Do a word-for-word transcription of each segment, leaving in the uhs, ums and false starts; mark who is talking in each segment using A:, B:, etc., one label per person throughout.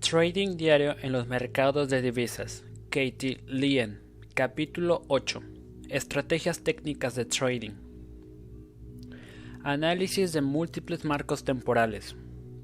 A: Trading diario en los mercados de divisas. Katie Lien. Capítulo ocho. Estrategias técnicas de trading. Análisis de múltiples marcos temporales.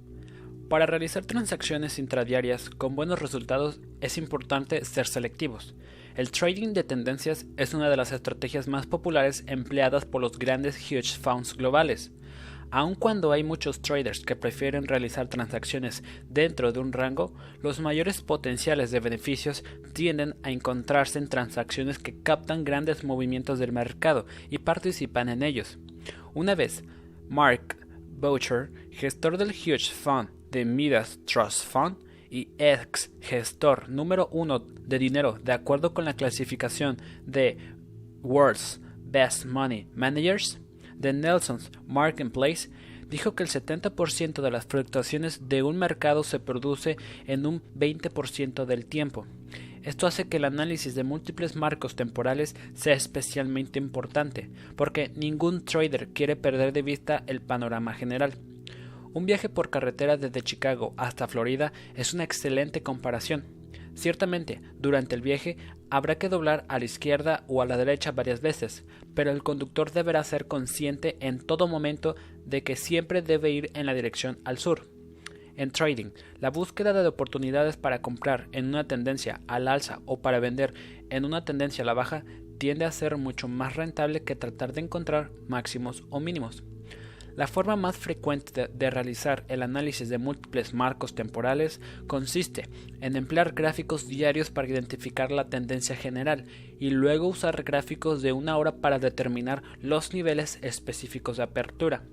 A: Para realizar transacciones intradiarias con buenos resultados es importante ser selectivos. El trading de tendencias es una de las estrategias más populares empleadas por los grandes hedge funds globales. Aun cuando hay muchos traders que prefieren realizar transacciones dentro de un rango, los mayores potenciales de beneficios tienden a encontrarse en transacciones que captan grandes movimientos del mercado y participan en ellos. Una vez, Mark Boucher, gestor del hedge fund de Midas Trust Fund y ex gestor número uno de dinero de acuerdo con la clasificación de World's Best Money Managers de Nelson's Marketplace, dijo que el setenta por ciento de las fluctuaciones de un mercado se produce en un veinte por ciento del tiempo. Esto hace que el análisis de múltiples marcos temporales sea especialmente importante, porque ningún trader quiere perder de vista el panorama general. Un viaje por carretera desde Chicago hasta Florida es una excelente comparación. Ciertamente, durante el viaje habrá que doblar a la izquierda o a la derecha varias veces, pero el conductor deberá ser consciente en todo momento de que siempre debe ir en la dirección al sur. En trading, la búsqueda de oportunidades para comprar en una tendencia al alza o para vender en una tendencia a la baja tiende a ser mucho más rentable que tratar de encontrar máximos o mínimos. La forma más frecuente de realizar el análisis de múltiples marcos temporales consiste en emplear gráficos diarios para identificar la tendencia general y luego usar gráficos de una hora para determinar los niveles específicos de apertura.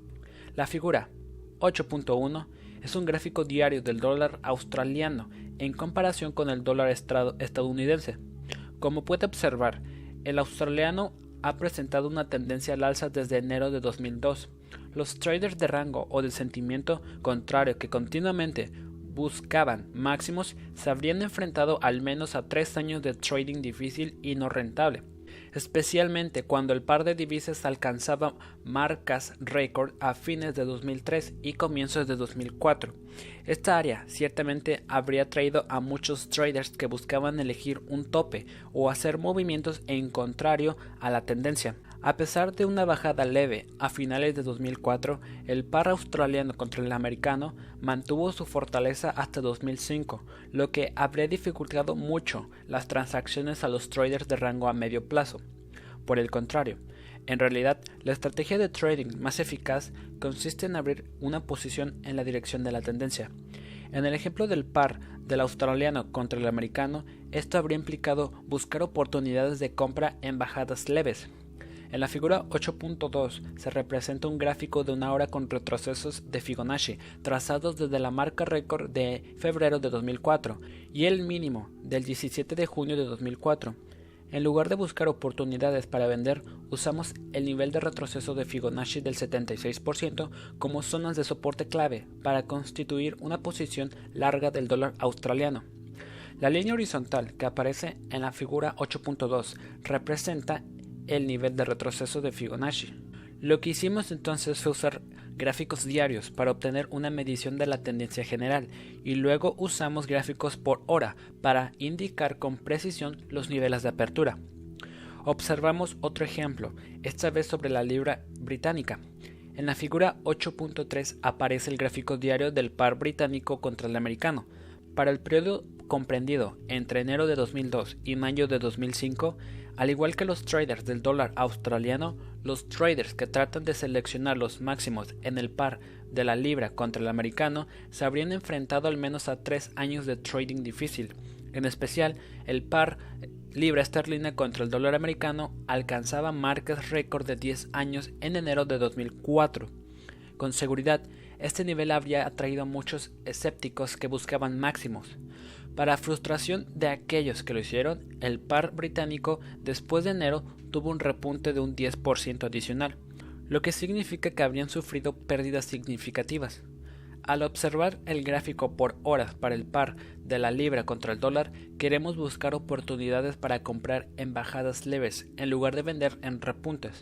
A: La figura ocho punto uno es un gráfico diario del dólar australiano en comparación con el dólar estadounidense. Como puede observar, el australiano ha presentado una tendencia al alza desde enero de dos mil dos. Los traders de rango o de sentimiento contrario que continuamente buscaban máximos se habrían enfrentado al menos a tres años de trading difícil y no rentable, especialmente cuando el par de divisas alcanzaba marcas récord a fines de dos mil tres y comienzos de dos mil cuatro. Esta área ciertamente habría traído a muchos traders que buscaban elegir un tope o hacer movimientos en contrario a la tendencia. A pesar de una bajada leve a finales de dos mil cuatro, el par australiano contra el americano mantuvo su fortaleza hasta dos mil cinco, lo que habría dificultado mucho las transacciones a los traders de rango a medio plazo. Por el contrario, en realidad, la estrategia de trading más eficaz consiste en abrir una posición en la dirección de la tendencia. En el ejemplo del par del australiano contra el americano, esto habría implicado buscar oportunidades de compra en bajadas leves. En la figura ocho punto dos se representa un gráfico de una hora con retrocesos de Fibonacci trazados desde la marca récord de febrero de dos mil cuatro y el mínimo del diecisiete de junio de dos mil cuatro. En lugar de buscar oportunidades para vender, usamos el nivel de retroceso de Fibonacci del setenta y seis por ciento como zonas de soporte clave para constituir una posición larga del dólar australiano. La línea horizontal que aparece en la figura ocho punto dos representa el nivel de retroceso de Fibonacci. Lo que hicimos entonces fue usar gráficos diarios para obtener una medición de la tendencia general y luego usamos gráficos por hora para indicar con precisión los niveles de apertura. Observamos otro ejemplo, esta vez sobre la libra británica. En la figura ocho punto tres aparece el gráfico diario del par británico contra el americano. Para el periodo comprendido entre enero de dos mil dos y mayo de dos mil cinco, al igual que los traders del dólar australiano, los traders que tratan de seleccionar los máximos en el par de la libra contra el americano se habrían enfrentado al menos a tres años de trading difícil. En especial, el par libra esterlina contra el dólar americano alcanzaba marcas récord de diez años en enero de dos mil cuatro. Con seguridad, este nivel habría atraído a muchos escépticos que buscaban máximos. Para frustración de aquellos que lo hicieron, el par británico después de enero tuvo un repunte de un diez por ciento adicional, lo que significa que habrían sufrido pérdidas significativas. Al observar el gráfico por horas para el par de la libra contra el dólar, queremos buscar oportunidades para comprar en bajadas leves en lugar de vender en repuntes.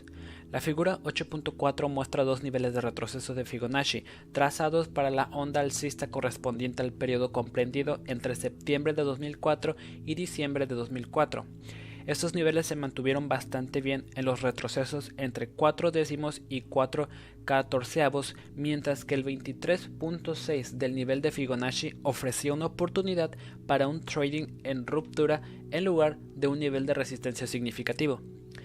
A: La figura ocho punto cuatro muestra dos niveles de retroceso de Fibonacci, trazados para la onda alcista correspondiente al periodo comprendido entre septiembre de dos mil cuatro y diciembre de dos mil cuatro. Estos niveles se mantuvieron bastante bien en los retrocesos entre cuatro décimos y cuatro catorceavos, mientras que el veintitrés punto seis del nivel de Fibonacci ofrecía una oportunidad para un trading en ruptura en lugar de un nivel de resistencia significativo.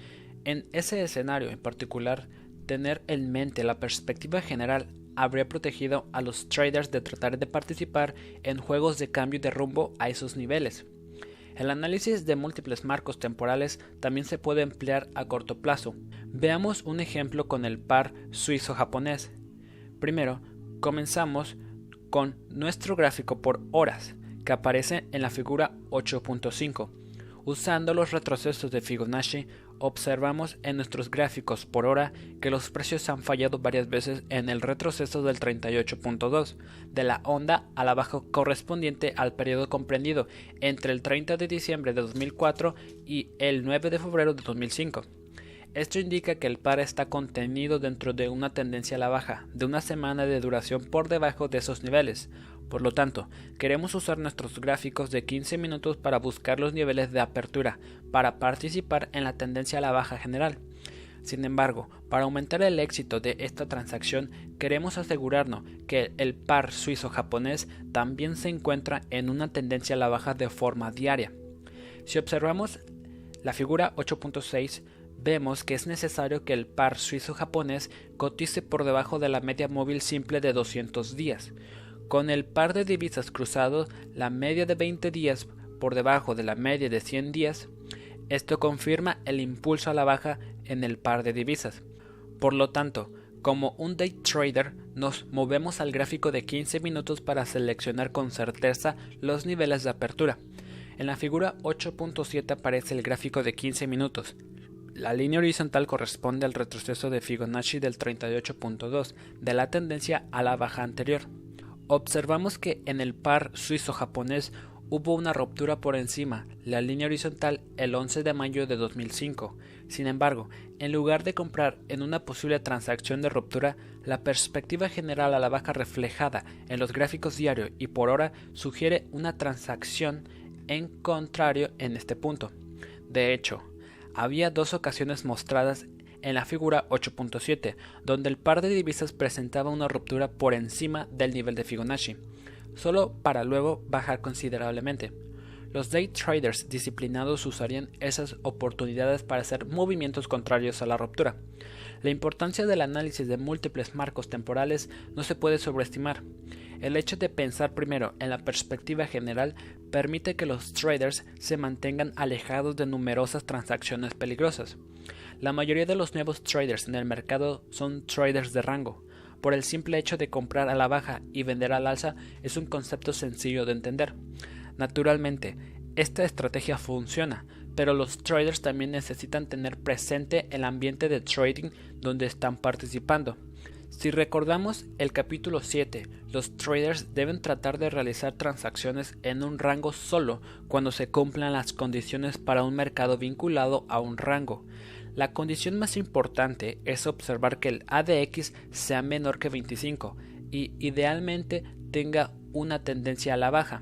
A: En ese escenario en particular, tener en mente la perspectiva general habría protegido a los traders de tratar de participar en juegos de cambio de rumbo a esos niveles. El análisis de múltiples marcos temporales también se puede emplear a corto plazo. Veamos un ejemplo con el par suizo-japonés. Primero, comenzamos con nuestro gráfico por horas, que aparece en la figura ocho punto cinco. Usando los retrocesos de Fibonacci, observamos en nuestros gráficos por hora que los precios han fallado varias veces en el retroceso del treinta y ocho punto dos, de la onda a la baja correspondiente al periodo comprendido entre el treinta de diciembre de dos mil cuatro y el nueve de febrero de dos mil cinco. Esto indica que el par está contenido dentro de una tendencia a la baja de una semana de duración por debajo de esos niveles. Por lo tanto, queremos usar nuestros gráficos de quince minutos para buscar los niveles de apertura para participar en la tendencia a la baja general. Sin embargo, para aumentar el éxito de esta transacción, queremos asegurarnos que el par suizo-japonés también se encuentra en una tendencia a la baja de forma diaria. Si observamos la figura ocho punto seis, vemos que es necesario que el par suizo-japonés cotice por debajo de la media móvil simple de doscientos días. Con el par de divisas cruzados, la media de veinte días por debajo de la media de cien días, esto confirma el impulso a la baja en el par de divisas. Por lo tanto, como un day trader, nos movemos al gráfico de quince minutos para seleccionar con certeza los niveles de apertura. En la figura ocho punto siete aparece el gráfico de quince minutos. La línea horizontal corresponde al retroceso de Fibonacci del treinta y ocho punto dos de la tendencia a la baja anterior. Observamos que en el par suizo-japonés hubo una ruptura por encima la línea horizontal el once de mayo de dos mil cinco. Sin embargo, en lugar de comprar en una posible transacción de ruptura, la perspectiva general a la baja reflejada en los gráficos diario y por hora sugiere una transacción en contrario en este punto. De hecho, había dos ocasiones mostradas en la figura ocho punto siete, donde el par de divisas presentaba una ruptura por encima del nivel de Fibonacci, solo para luego bajar considerablemente. Los day traders disciplinados usarían esas oportunidades para hacer movimientos contrarios a la ruptura. La importancia del análisis de múltiples marcos temporales no se puede sobreestimar. El hecho de pensar primero en la perspectiva general permite que los traders se mantengan alejados de numerosas transacciones peligrosas. La mayoría de los nuevos traders en el mercado son traders de rango. Por el simple hecho de comprar a la baja y vender al alza es un concepto sencillo de entender. Naturalmente, esta estrategia funciona, pero los traders también necesitan tener presente el ambiente de trading donde están participando. Si recordamos el capítulo siete, los traders deben tratar de realizar transacciones en un rango solo cuando se cumplan las condiciones para un mercado vinculado a un rango. La condición más importante es observar que el A D X sea menor que veinticinco y idealmente tenga una tendencia a la baja.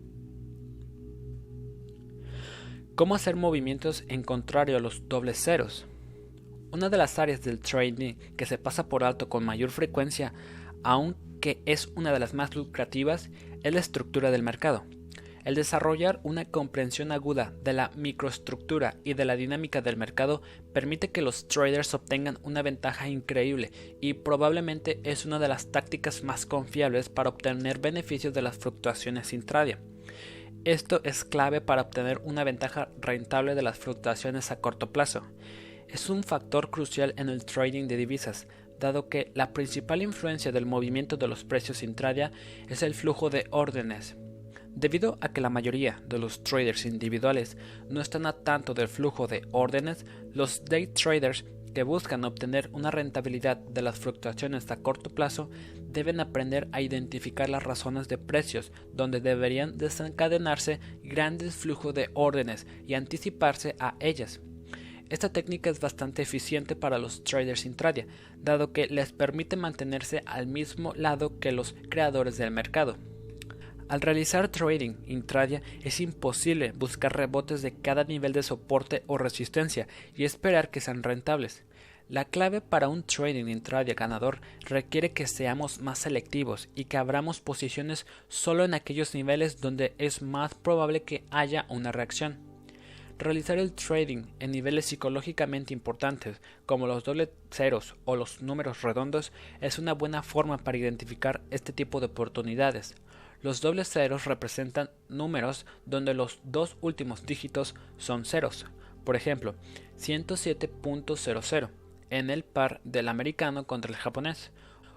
A: ¿Cómo hacer movimientos en contrario a los dobles ceros? Una de las áreas del trading que se pasa por alto con mayor frecuencia, aunque es una de las más lucrativas, es la estructura del mercado. El desarrollar una comprensión aguda de la microestructura y de la dinámica del mercado permite que los traders obtengan una ventaja increíble y probablemente es una de las tácticas más confiables para obtener beneficios de las fluctuaciones intraday. Esto es clave para obtener una ventaja rentable de las fluctuaciones a corto plazo. Es un factor crucial en el trading de divisas, dado que la principal influencia del movimiento de los precios intraday es el flujo de órdenes. Debido a que la mayoría de los traders individuales no están a tanto del flujo de órdenes, los day traders que buscan obtener una rentabilidad de las fluctuaciones a corto plazo deben aprender a identificar las razones de precios donde deberían desencadenarse grandes flujos de órdenes y anticiparse a ellas. Esta técnica es bastante eficiente para los traders intradia, dado que les permite mantenerse al mismo lado que los creadores del mercado. Al realizar trading intradia es imposible buscar rebotes de cada nivel de soporte o resistencia y esperar que sean rentables. La clave para un trading intradia ganador requiere que seamos más selectivos y que abramos posiciones solo en aquellos niveles donde es más probable que haya una reacción. Realizar el trading en niveles psicológicamente importantes como los doble ceros o los números redondos es una buena forma para identificar este tipo de oportunidades. Los dobles ceros representan números donde los dos últimos dígitos son ceros, por ejemplo, ciento siete punto cero cero en el par del americano contra el japonés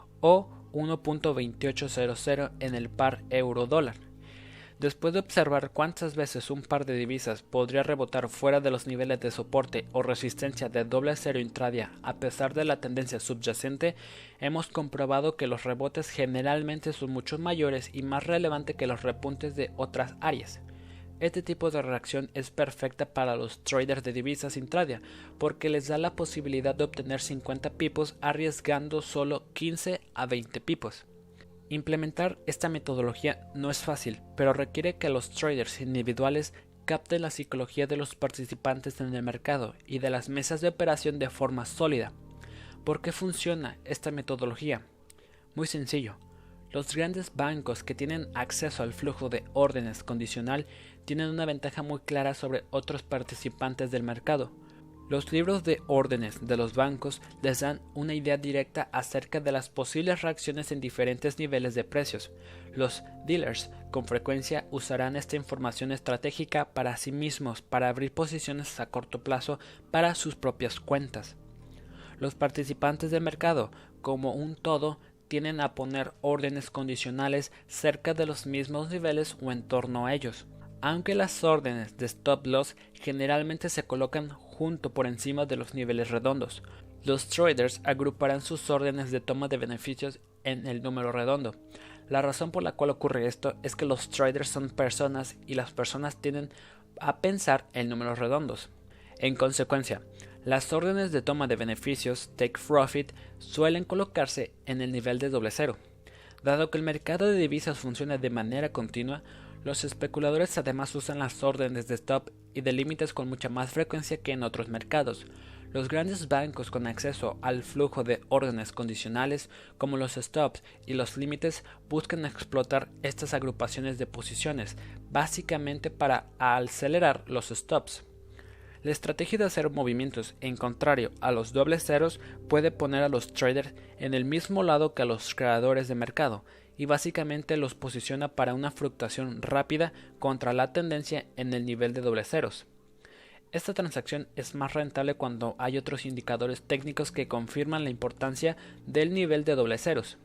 A: o uno punto veintiocho cero cero en el par euro-dólar. Después de observar cuántas veces un par de divisas podría rebotar fuera de los niveles de soporte o resistencia de doble cero intradia a pesar de la tendencia subyacente, hemos comprobado que los rebotes generalmente son mucho mayores y más relevantes que los repuntes de otras áreas. Este tipo de reacción es perfecta para los traders de divisas intradia porque les da la posibilidad de obtener cincuenta pipos arriesgando solo quince a veinte pipos. Implementar esta metodología no es fácil, pero requiere que los traders individuales capten la psicología de los participantes en el mercado y de las mesas de operación de forma sólida. ¿Por qué funciona esta metodología? Muy sencillo. Los grandes bancos que tienen acceso al flujo de órdenes condicional tienen una ventaja muy clara sobre otros participantes del mercado. Los libros de órdenes de los bancos les dan una idea directa acerca de las posibles reacciones en diferentes niveles de precios. Los dealers con frecuencia usarán esta información estratégica para sí mismos para abrir posiciones a corto plazo para sus propias cuentas. Los participantes del mercado, como un todo, tienden a poner órdenes condicionales cerca de los mismos niveles o en torno a ellos. Aunque las órdenes de stop loss generalmente se colocan junto por encima de los niveles redondos, los traders agruparán sus órdenes de toma de beneficios en el número redondo. La razón por la cual ocurre esto es que los traders son personas y las personas tienden a pensar en números redondos. En consecuencia, las órdenes de toma de beneficios take profit suelen colocarse en el nivel de doble cero. Dado que el mercado de divisas funciona de manera continua, los especuladores además usan las órdenes de stop y de límites con mucha más frecuencia que en otros mercados. Los grandes bancos con acceso al flujo de órdenes condicionales, como los stops y los límites, buscan explotar estas agrupaciones de posiciones, básicamente para acelerar los stops. La estrategia de hacer movimientos en contrario a los dobles ceros puede poner a los traders en el mismo lado que a los creadores de mercado y básicamente los posiciona para una fluctuación rápida contra la tendencia en el nivel de doble ceros. Esta transacción es más rentable cuando hay otros indicadores técnicos que confirman la importancia del nivel de doble ceros.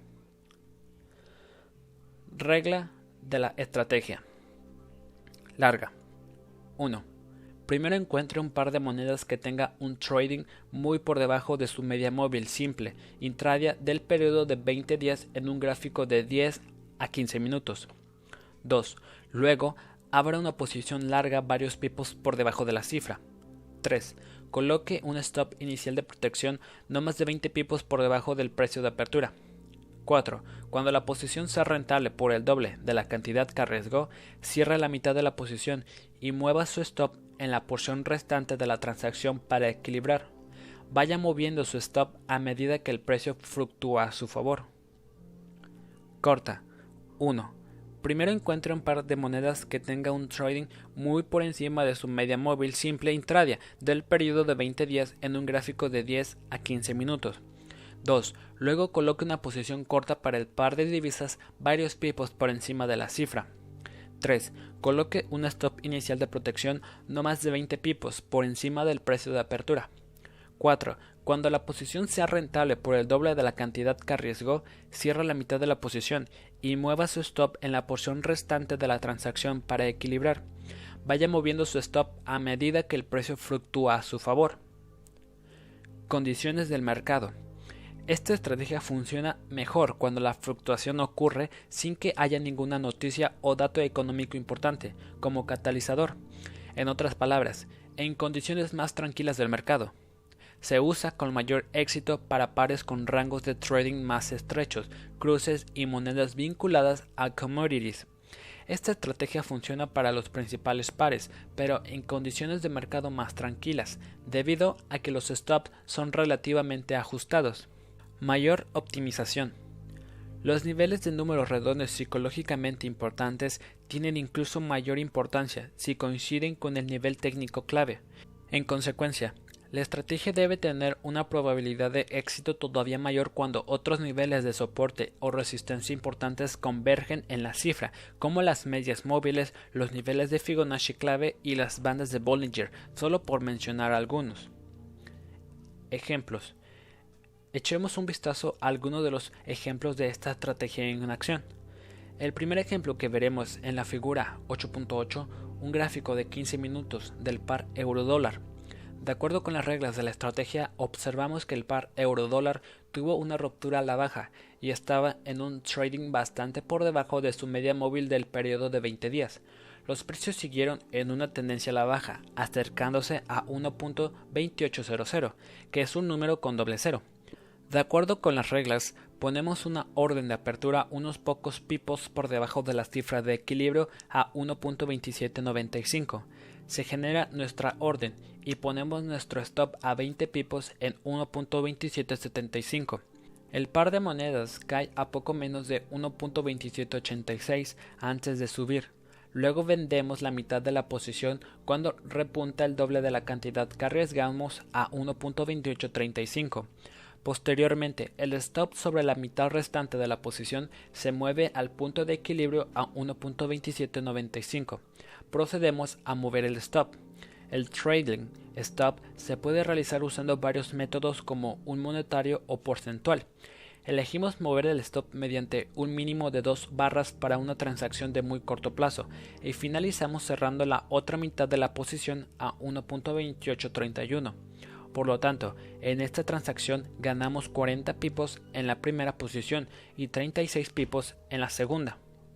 A: Regla de la estrategia. Larga. uno. Primero encuentre un par de monedas que tenga un trading muy por debajo de su media móvil simple intradia del periodo de veinte días en un gráfico de diez a quince minutos. dos. Luego, abra una posición larga varios pipos por debajo de la cifra. tres. Coloque un stop inicial de protección no más de veinte pipos por debajo del precio de apertura. cuatro. Cuando la posición sea rentable por el doble de la cantidad que arriesgó, cierre la mitad de la posición y mueva su stop en la porción restante de la transacción para equilibrar. Vaya moviendo su stop a medida que el precio fluctúa a su favor. Corta. uno. Primero encuentre un par de monedas que tenga un trading muy por encima de su media móvil simple intradia del periodo de veinte días en un gráfico de diez a quince minutos. dos. Luego coloque una posición corta para el par de divisas varios pipos por encima de la cifra. tres. Coloque un stop inicial de protección no más de veinte pipos por encima del precio de apertura. cuatro. Cuando la posición sea rentable por el doble de la cantidad que arriesgó, cierra la mitad de la posición y mueva su stop en la porción restante de la transacción para equilibrar. Vaya moviendo su stop a medida que el precio fluctúa a su favor. Condiciones del mercado. Esta estrategia funciona mejor cuando la fluctuación ocurre sin que haya ninguna noticia o dato económico importante como catalizador. En otras palabras, en condiciones más tranquilas del mercado. Se usa con mayor éxito para pares con rangos de trading más estrechos, cruces y monedas vinculadas a commodities. Esta estrategia funciona para los principales pares, pero en condiciones de mercado más tranquilas, debido a que los stops son relativamente ajustados. Mayor optimización. Los niveles de números redondos psicológicamente importantes tienen incluso mayor importancia si coinciden con el nivel técnico clave. En consecuencia, la estrategia debe tener una probabilidad de éxito todavía mayor cuando otros niveles de soporte o resistencia importantes convergen en la cifra, como las medias móviles, los niveles de Fibonacci clave y las bandas de Bollinger, solo por mencionar algunos. Ejemplos. Echemos un vistazo a algunos de los ejemplos de esta estrategia en acción. El primer ejemplo que veremos en la figura ocho punto ocho, un gráfico de quince minutos del par euro-dólar. De acuerdo con las reglas de la estrategia, observamos que el par euro-dólar tuvo una ruptura a la baja y estaba en un trading bastante por debajo de su media móvil del periodo de veinte días. Los precios siguieron en una tendencia a la baja, acercándose a uno punto veintiocho cero cero, que es un número con doble cero. De acuerdo con las reglas, ponemos una orden de apertura unos pocos pipos por debajo de la cifra de equilibrio a uno punto veintisiete noventa y cinco. Se genera nuestra orden y ponemos nuestro stop a veinte pipos en uno punto veintisiete setenta y cinco. El par de monedas cae a poco menos de uno punto veintisiete ochenta y seis antes de subir. Luego vendemos la mitad de la posición cuando repunta el doble de la cantidad que arriesgamos a uno punto veintiocho treinta y cinco. Posteriormente, el stop sobre la mitad restante de la posición se mueve al punto de equilibrio a uno punto veintisiete noventa y cinco. Procedemos a mover el stop. El trading stop se puede realizar usando varios métodos como un monetario o porcentual. Elegimos mover el stop mediante un mínimo de dos barras para una transacción de muy corto plazo y finalizamos cerrando la otra mitad de la posición a uno punto veintiocho treinta y uno. Por lo tanto, en esta transacción ganamos cuarenta pipos en la primera posición y treinta y seis pipos en la segunda.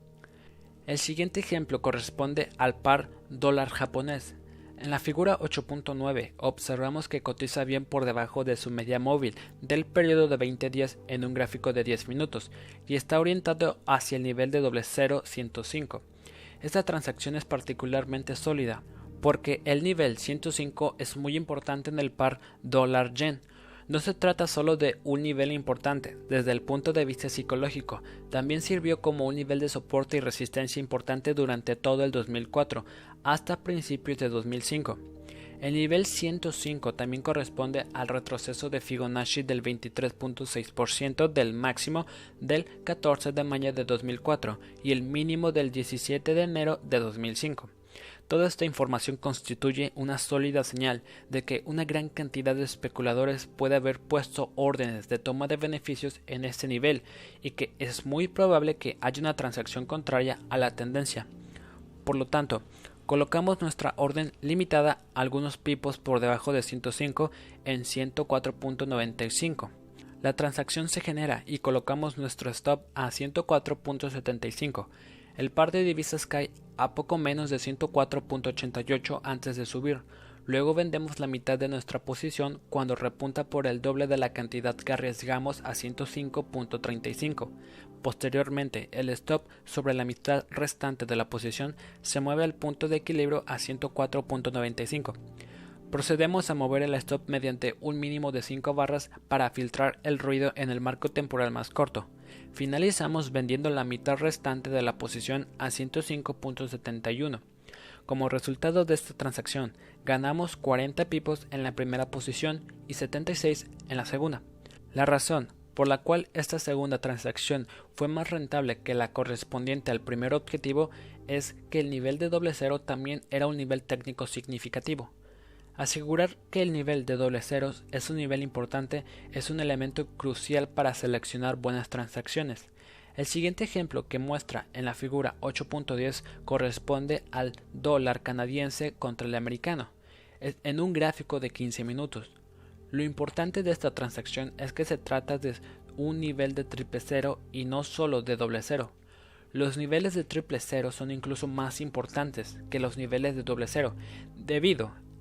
A: El siguiente ejemplo corresponde al par dólar japonés. En la figura ocho punto nueve observamos que cotiza bien por debajo de su media móvil del periodo de veinte días en un gráfico de diez minutos y está orientado hacia el nivel de doble cero ciento cinco. Esta transacción es particularmente sólida porque el nivel ciento cinco es muy importante en el par dólar-yen. No se trata solo de un nivel importante desde el punto de vista psicológico, también sirvió como un nivel de soporte y resistencia importante durante todo el dos mil cuatro hasta principios de dos mil cinco. El nivel ciento cinco también corresponde al retroceso de Fibonacci del veintitrés punto seis por ciento del máximo del catorce de mayo de dos mil cuatro y el mínimo del diecisiete de enero de dos mil cinco. Toda esta información constituye una sólida señal de que una gran cantidad de especuladores puede haber puesto órdenes de toma de beneficios en este nivel y que es muy probable que haya una transacción contraria a la tendencia. Por lo tanto, colocamos nuestra orden limitada a algunos pipos por debajo de ciento cinco en ciento cuatro punto noventa y cinco. La transacción se genera y colocamos nuestro stop a ciento cuatro punto setenta y cinco. El par de divisas cae a poco menos de ciento cuatro punto ochenta y ocho antes de subir. Luego vendemos la mitad de nuestra posición cuando repunta por el doble de la cantidad que arriesgamos a ciento cinco punto treinta y cinco. Posteriormente, el stop sobre la mitad restante de la posición se mueve al punto de equilibrio a ciento cuatro punto noventa y cinco. Procedemos a mover el stop mediante un mínimo de cinco barras para filtrar el ruido en el marco temporal más corto. Finalizamos vendiendo la mitad restante de la posición a ciento cinco punto setenta y uno. Como resultado de esta transacción, ganamos cuarenta pipos en la primera posición y setenta y seis en la segunda. La razón por la cual esta segunda transacción fue más rentable que la correspondiente al primer objetivo es que el nivel de doble cero también era un nivel técnico significativo. Asegurar que el nivel de doble ceros es un nivel importante es un elemento crucial para seleccionar buenas transacciones. El siguiente ejemplo que muestra en la figura ocho punto diez corresponde al dólar canadiense contra el americano, en un gráfico de quince minutos. Lo importante de esta transacción es que se trata de un nivel de triple cero y no solo de doble cero. Los niveles de triple cero son incluso más importantes que los niveles de doble cero, debido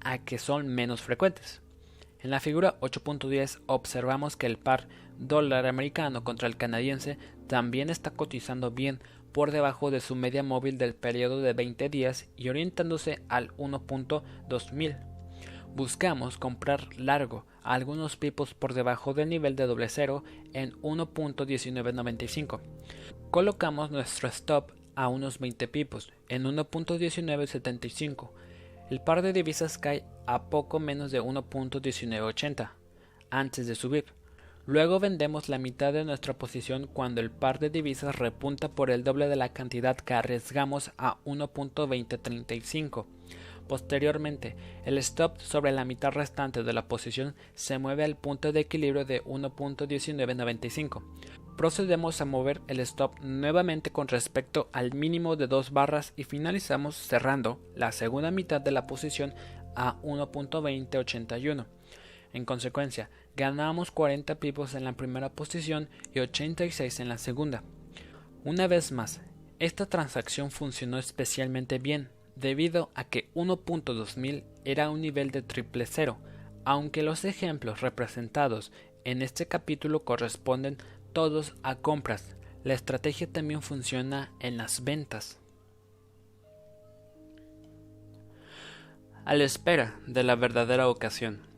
A: a que son menos frecuentes. En la figura ocho punto diez observamos que el par dólar americano contra el canadiense también está cotizando bien por debajo de su media móvil del periodo de veinte días y orientándose al uno punto dos mil. Buscamos comprar largo a algunos pipos por debajo del nivel de doble cero en uno punto diecinueve noventa y cinco. Colocamos nuestro stop a unos veinte pipos en uno punto diecinueve setenta y cinco. El par de divisas cae a poco menos de uno punto diecinueve ochenta antes de subir. Luego vendemos la mitad de nuestra posición cuando el par de divisas repunta por el doble de la cantidad que arriesgamos a uno punto veinte treinta y cinco. Posteriormente, el stop sobre la mitad restante de la posición se mueve al punto de equilibrio de uno punto diecinueve noventa y cinco. Procedemos a mover el stop nuevamente con respecto al mínimo de dos barras y finalizamos cerrando la segunda mitad de la posición a uno punto veinte ochenta y uno. En consecuencia, ganamos cuarenta pipos en la primera posición y ochenta y seis en la segunda. Una vez más, esta transacción funcionó especialmente bien, debido a que uno punto dos mil era un nivel de triple cero, aunque los ejemplos representados en este capítulo corresponden todos a compras. La estrategia también funciona en las ventas. A la espera de la verdadera ocasión.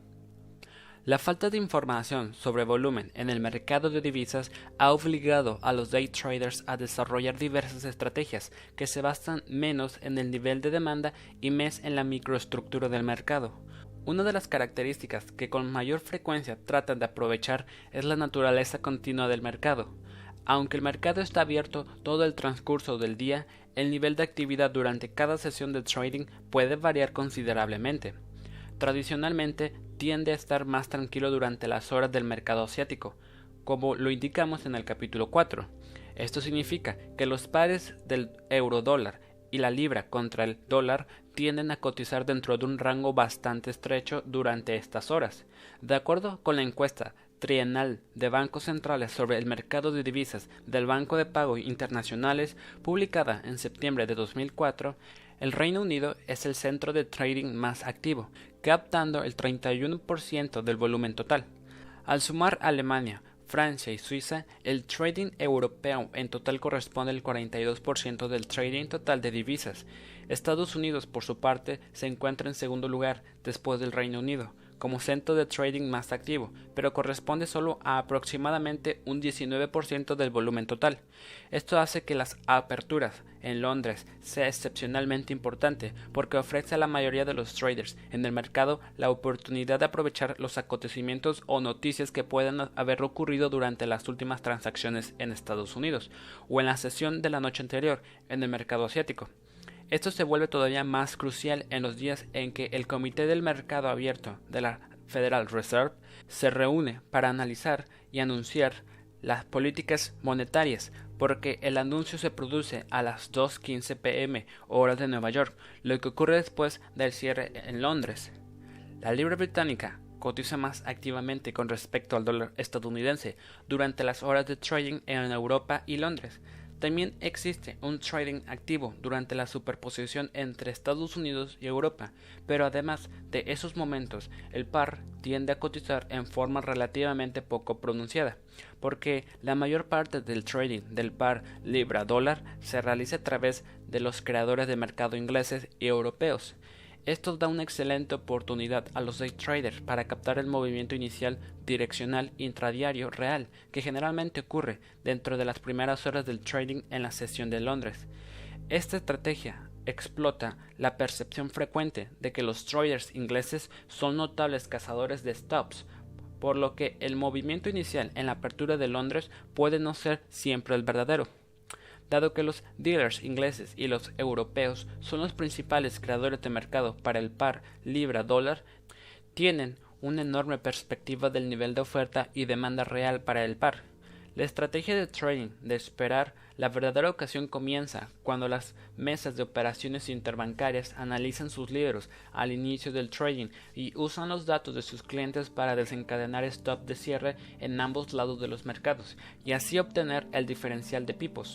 A: La falta de información sobre volumen en el mercado de divisas ha obligado a los day traders a desarrollar diversas estrategias que se basan menos en el nivel de demanda y más en la microestructura del mercado. Una de las características que con mayor frecuencia tratan de aprovechar es la naturaleza continua del mercado. Aunque el mercado está abierto todo el transcurso del día, el nivel de actividad durante cada sesión de trading puede variar considerablemente. Tradicionalmente tiende a estar más tranquilo durante las horas del mercado asiático, como lo indicamos en el capítulo cuatro. Esto significa que los pares del euro-dólar y la libra contra el dólar tienden a cotizar dentro de un rango bastante estrecho durante estas horas. De acuerdo con la encuesta trienal de bancos centrales sobre el mercado de divisas del Banco de Pagos Internacionales, publicada en septiembre de dos mil cuatro, el Reino Unido es el centro de trading más activo, captando el treinta y uno por ciento del volumen total. Al sumar Alemania, Francia y Suiza, el trading europeo en total corresponde al cuarenta y dos por ciento del trading total de divisas. Estados Unidos, por su parte, se encuentra en segundo lugar, después del Reino Unido, como centro de trading más activo, pero corresponde solo a aproximadamente un diecinueve por ciento del volumen total. Esto hace que las aperturas en Londres sea excepcionalmente importante porque ofrece a la mayoría de los traders en el mercado la oportunidad de aprovechar los acontecimientos o noticias que puedan haber ocurrido durante las últimas transacciones en Estados Unidos o en la sesión de la noche anterior en el mercado asiático. Esto se vuelve todavía más crucial en los días en que el Comité del Mercado Abierto de la Federal Reserve se reúne para analizar y anunciar las políticas monetarias, porque el anuncio se produce a las dos quince pe eme horas de Nueva York, lo que ocurre después del cierre en Londres. La libra británica cotiza más activamente con respecto al dólar estadounidense durante las horas de trading en Europa y Londres. También existe un trading activo durante la superposición entre Estados Unidos y Europa, pero además de esos momentos, el par tiende a cotizar en forma relativamente poco pronunciada, porque la mayor parte del trading del par libra-dólar se realiza a través de los creadores de mercado ingleses y europeos. Esto da una excelente oportunidad a los day traders para captar el movimiento inicial direccional intradiario real que generalmente ocurre dentro de las primeras horas del trading en la sesión de Londres. Esta estrategia explota la percepción frecuente de que los traders ingleses son notables cazadores de stops, por lo que el movimiento inicial en la apertura de Londres puede no ser siempre el verdadero. Dado que los dealers ingleses y los europeos son los principales creadores de mercado para el par libra-dólar, tienen una enorme perspectiva del nivel de oferta y demanda real para el par. La estrategia de trading de esperar la verdadera ocasión comienza cuando las mesas de operaciones interbancarias analizan sus libros al inicio del trading y usan los datos de sus clientes para desencadenar stop de cierre en ambos lados de los mercados y así obtener el diferencial de pipos.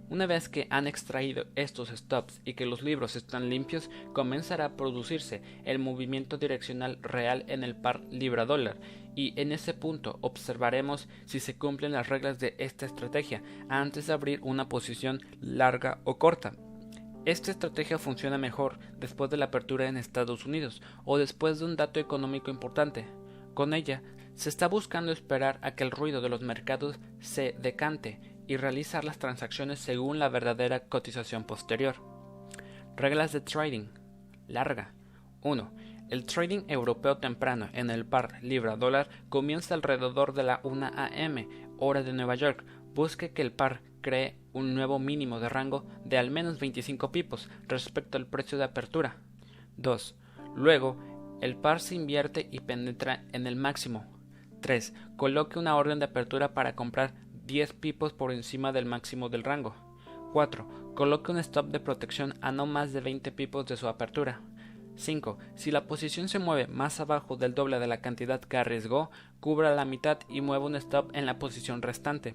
A: Una vez que han extraído estos stops y que los libros están limpios, comenzará a producirse el movimiento direccional real en el par libra-dólar, y en ese punto observaremos si se cumplen las reglas de esta estrategia antes de abrir una posición larga o corta. Esta estrategia funciona mejor después de la apertura en Estados Unidos o después de un dato económico importante. Con ella, se está buscando esperar a que el ruido de los mercados se decante y realizar las transacciones según la verdadera cotización posterior. Reglas de trading. Larga. uno. El trading europeo temprano en el par libra-dólar comienza alrededor de la una a eme, hora de Nueva York. Busque que el par cree un nuevo mínimo de rango de al menos veinticinco pipos respecto al precio de apertura. dos. Luego, el par se invierte y penetra en el máximo. tres. Coloque una orden de apertura para comprar diez pipos por encima del máximo del rango. cuatro. Coloque un stop de protección a no más de veinte pipos de su apertura. cinco. Si la posición se mueve más abajo del doble de la cantidad que arriesgó, cubra la mitad y mueva un stop en la posición restante.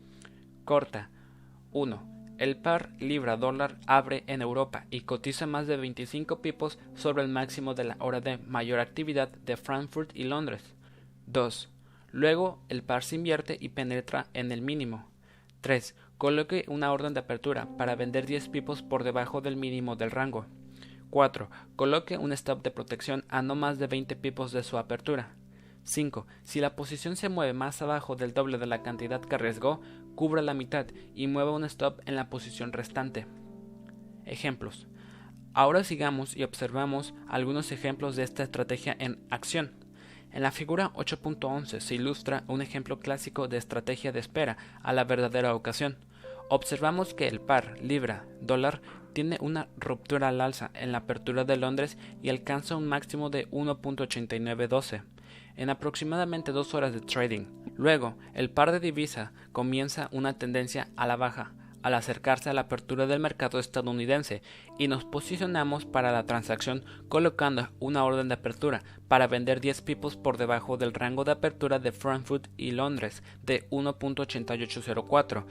A: Corta. uno. El par libra-dólar abre en Europa y cotiza más de veinticinco pipos sobre el máximo de la hora de mayor actividad de Frankfurt y Londres. dos. Luego el par se invierte y penetra en el mínimo. tres. Coloque una orden de apertura para vender diez pipos por debajo del mínimo del rango. cuatro. Coloque un stop de protección a no más de veinte pipos de su apertura. cinco. Si la posición se mueve más abajo del doble de la cantidad que arriesgó, cubra la mitad y mueva un stop en la posición restante. Ejemplos. Ahora sigamos y observamos algunos ejemplos de esta estrategia en acción. En la figura ocho punto once se ilustra un ejemplo clásico de estrategia de espera a la verdadera ocasión. Observamos que el par libra-dólar tiene una ruptura al alza en la apertura de Londres y alcanza un máximo de uno punto ochenta y nueve doce en aproximadamente dos horas de trading. Luego, el par de divisa comienza una tendencia a la baja al acercarse a la apertura del mercado estadounidense y nos posicionamos para la transacción colocando una orden de apertura para vender diez pipos por debajo del rango de apertura de Frankfurt y Londres de uno punto ochenta y ocho cero cuatro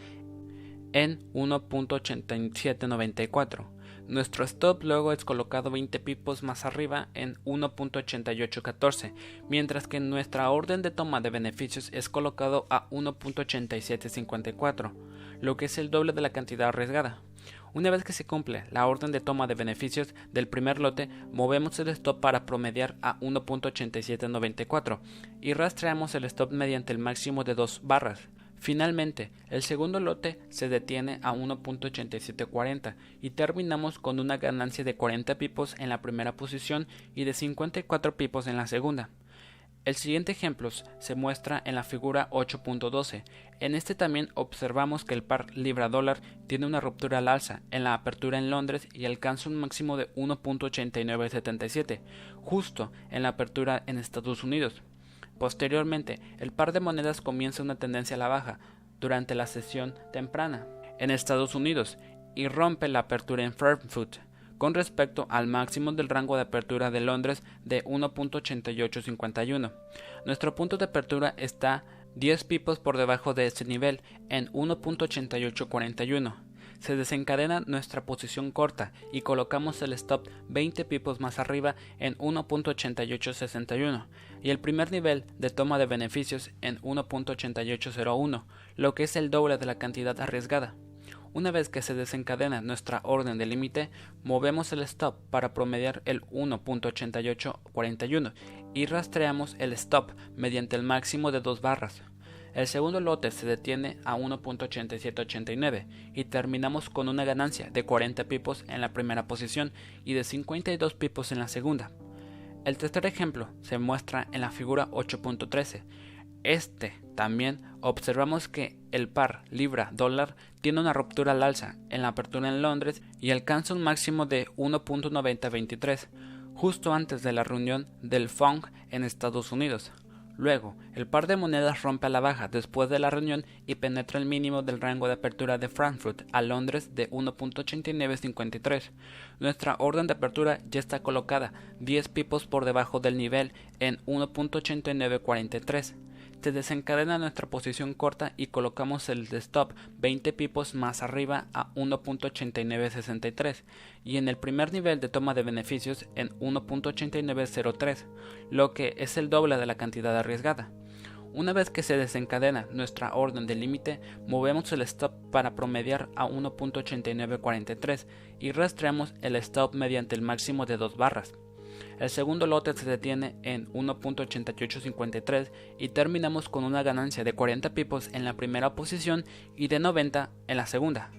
A: en uno punto ochenta y siete noventa y cuatro. Nuestro stop luego es colocado veinte pipos más arriba en uno punto ochenta y ocho catorce, mientras que nuestra orden de toma de beneficios es colocado a uno punto ochenta y siete cincuenta y cuatro, lo que es el doble de la cantidad arriesgada. Una vez que se cumple la orden de toma de beneficios del primer lote, movemos el stop para promediar a uno punto ochenta y siete noventa y cuatro y rastreamos el stop mediante el máximo de dos barras. Finalmente, el segundo lote se detiene a uno punto ochenta y siete cuarenta y terminamos con una ganancia de cuarenta pipos en la primera posición y de cincuenta y cuatro pipos en la segunda. El siguiente ejemplo se muestra en la figura ocho punto doce. En este también observamos que el par libra-dólar tiene una ruptura al alza en la apertura en Londres y alcanza un máximo de uno punto ochenta y nueve setenta y siete, justo en la apertura en Estados Unidos. Posteriormente, el par de monedas comienza una tendencia a la baja durante la sesión temprana en Estados Unidos y rompe la apertura en Frankfurt con respecto al máximo del rango de apertura de Londres de uno punto ochenta y ocho cincuenta y uno. Nuestro punto de apertura está diez pipos por debajo de este nivel en uno punto ochenta y ocho cuarenta y uno. Se desencadena nuestra posición corta y colocamos el stop veinte pipos más arriba en uno punto ochenta y ocho sesenta y uno y el primer nivel de toma de beneficios en uno punto ochenta y ocho cero uno, lo que es el doble de la cantidad arriesgada. Una vez que se desencadena nuestra orden de límite, movemos el stop para promediar el uno punto ochenta y ocho cuarenta y uno y rastreamos el stop mediante el máximo de dos barras. El segundo lote se detiene a uno punto ochenta y siete ochenta y nueve y terminamos con una ganancia de cuarenta pipos en la primera posición y de cincuenta y dos pipos en la segunda. El tercer ejemplo se muestra en la figura ocho punto trece. Este también observamos que el par libra-dólar tiene una ruptura al alza en la apertura en Londres y alcanza un máximo de uno punto noventa veintitrés, justo antes de la reunión del F O M C en Estados Unidos. Luego, el par de monedas rompe a la baja después de la reunión y penetra el mínimo del rango de apertura de Frankfurt a Londres de uno punto ochenta y nueve cincuenta y tres. Nuestra orden de apertura ya está colocada diez pipos por debajo del nivel en uno punto ochenta y nueve cuarenta y tres. se desencadena nuestra posición corta y colocamos el stop veinte pipos más arriba a uno punto ochenta y nueve sesenta y tres y en el primer nivel de toma de beneficios en uno punto ochenta y nueve cero tres, lo que es el doble de la cantidad arriesgada. Una vez que se desencadena nuestra orden de límite, movemos el stop para promediar a uno punto ochenta y nueve cuarenta y tres y rastreamos el stop mediante el máximo de dos barras. El segundo lote se detiene en uno punto ochenta y ocho cincuenta y tres y terminamos con una ganancia de cuarenta pipos en la primera posición y de noventa en la segunda.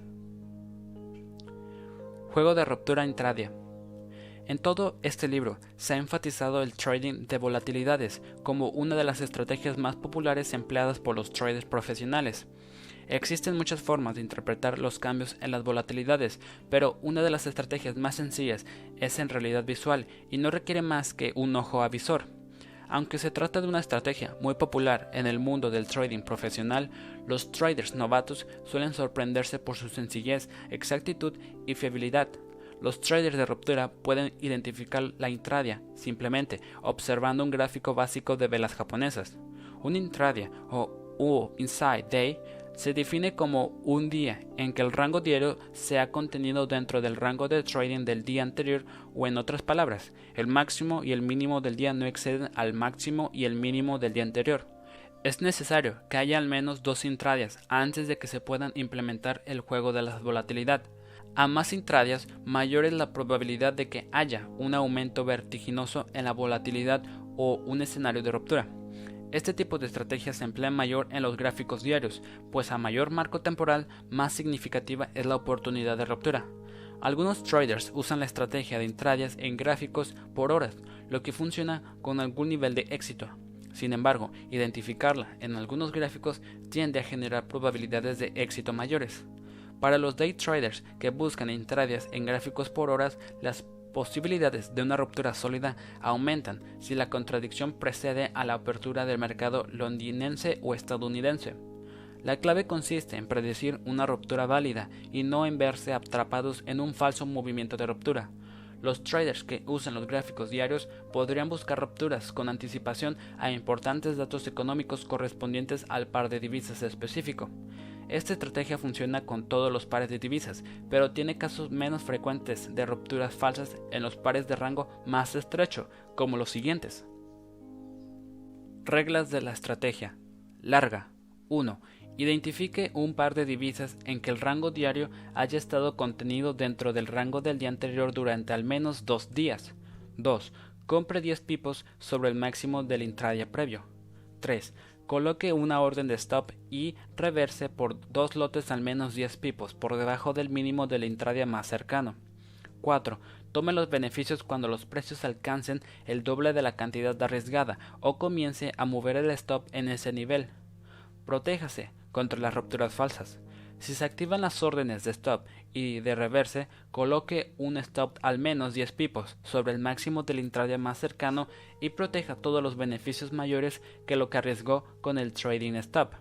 A: Juego de ruptura intradia. En todo este libro se ha enfatizado el trading de volatilidades como una de las estrategias más populares empleadas por los traders profesionales. Existen muchas formas de interpretar los cambios en las volatilidades, pero una de las estrategias más sencillas es en realidad visual y no requiere más que un ojo avisor. Aunque se trata de una estrategia muy popular en el mundo del trading profesional, los traders novatos suelen sorprenderse por su sencillez, exactitud y fiabilidad. Los traders de ruptura pueden identificar la intradia simplemente observando un gráfico básico de velas japonesas. Un intradia o U Inside Day se define como un día en que el rango diario se ha contenido dentro del rango de trading del día anterior, o en otras palabras, el máximo y el mínimo del día no exceden al máximo y el mínimo del día anterior. Es necesario que haya al menos dos intradias antes de que se puedan implementar el juego de la volatilidad. A más intradias, mayor es la probabilidad de que haya un aumento vertiginoso en la volatilidad o un escenario de ruptura. Este tipo de estrategia se emplea mayor en los gráficos diarios, pues a mayor marco temporal, más significativa es la oportunidad de ruptura. Algunos traders usan la estrategia de intradias en gráficos por horas, lo que funciona con algún nivel de éxito. Sin embargo, identificarla en algunos gráficos tiende a generar probabilidades de éxito mayores. Para los day traders que buscan intradias en gráficos por horas, las posibilidades de una ruptura sólida aumentan si la contradicción precede a la apertura del mercado londinense o estadounidense. La clave consiste en predecir una ruptura válida y no en verse atrapados en un falso movimiento de ruptura. Los traders que usan los gráficos diarios podrían buscar rupturas con anticipación a importantes datos económicos correspondientes al par de divisas específico. Esta estrategia funciona con todos los pares de divisas, pero tiene casos menos frecuentes de rupturas falsas en los pares de rango más estrecho, como los siguientes. Reglas de la estrategia. Larga. uno. Identifique un par de divisas en que el rango diario haya estado contenido dentro del rango del día anterior durante al menos dos días. dos. Compre diez pipos sobre el máximo del intraday previo. tres. Coloque una orden de stop y reverse por dos lotes al menos diez pipos por debajo del mínimo del intraday más cercano. cuatro. Tome los beneficios cuando los precios alcancen el doble de la cantidad arriesgada o comience a mover el stop en ese nivel. Protéjase contra las rupturas falsas. Si se activan las órdenes de stop y de reverse, coloque un stop al menos diez pipos sobre el máximo del intraday más cercano y proteja todos los beneficios mayores que lo que arriesgó con el trading stop.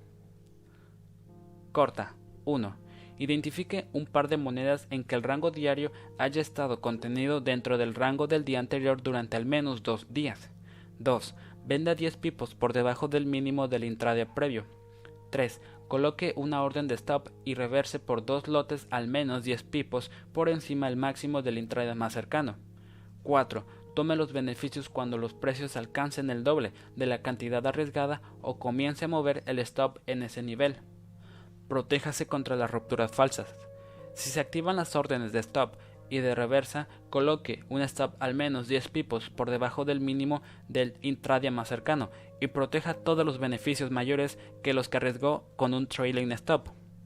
A: Corta. uno. Identifique un par de monedas en que el rango diario haya estado contenido dentro del rango del día anterior durante al menos dos días. dos. Venda diez pipos por debajo del mínimo del intraday previo. tres. Coloque una orden de stop y reverse por dos lotes al menos diez pipos por encima del máximo del intraday más cercano. cuatro. Tome los beneficios cuando los precios alcancen el doble de la cantidad arriesgada o comience a mover el stop en ese nivel. Protéjase contra las rupturas falsas. Si se activan las órdenes de stop y de reversa, coloque un stop al menos diez pipos por debajo del mínimo del intraday más cercano y proteja todos los beneficios mayores que los que arriesgó con un trailing stop.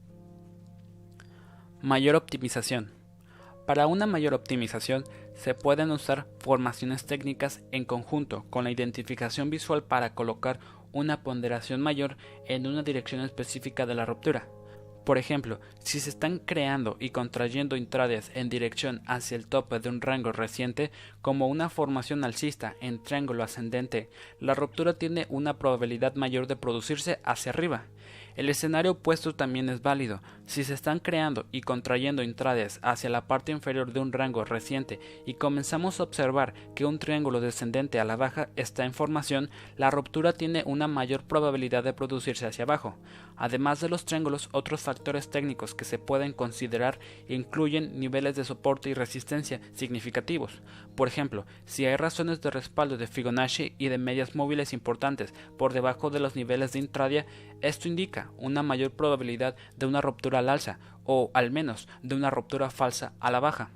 A: Mayor optimización. Para una mayor optimización se pueden usar formaciones técnicas en conjunto con la identificación visual para colocar una ponderación mayor en una dirección específica de la ruptura. Por ejemplo, si se están creando y contrayendo intradays en dirección hacia el tope de un rango reciente, como una formación alcista en triángulo ascendente, la ruptura tiene una probabilidad mayor de producirse hacia arriba. El escenario opuesto también es válido, Si se están creando y contrayendo intradías hacia la parte inferior de un rango reciente y comenzamos a observar que un triángulo descendente a la baja está en formación, la ruptura tiene una mayor probabilidad de producirse hacia abajo. Además de los triángulos, otros factores técnicos que se pueden considerar incluyen niveles de soporte y resistencia significativos. Por ejemplo, si hay razones de respaldo de Fibonacci y de medias móviles importantes por debajo de los niveles de intradía, esto indica una mayor probabilidad de una ruptura al alza, o al menos de una ruptura falsa a la baja.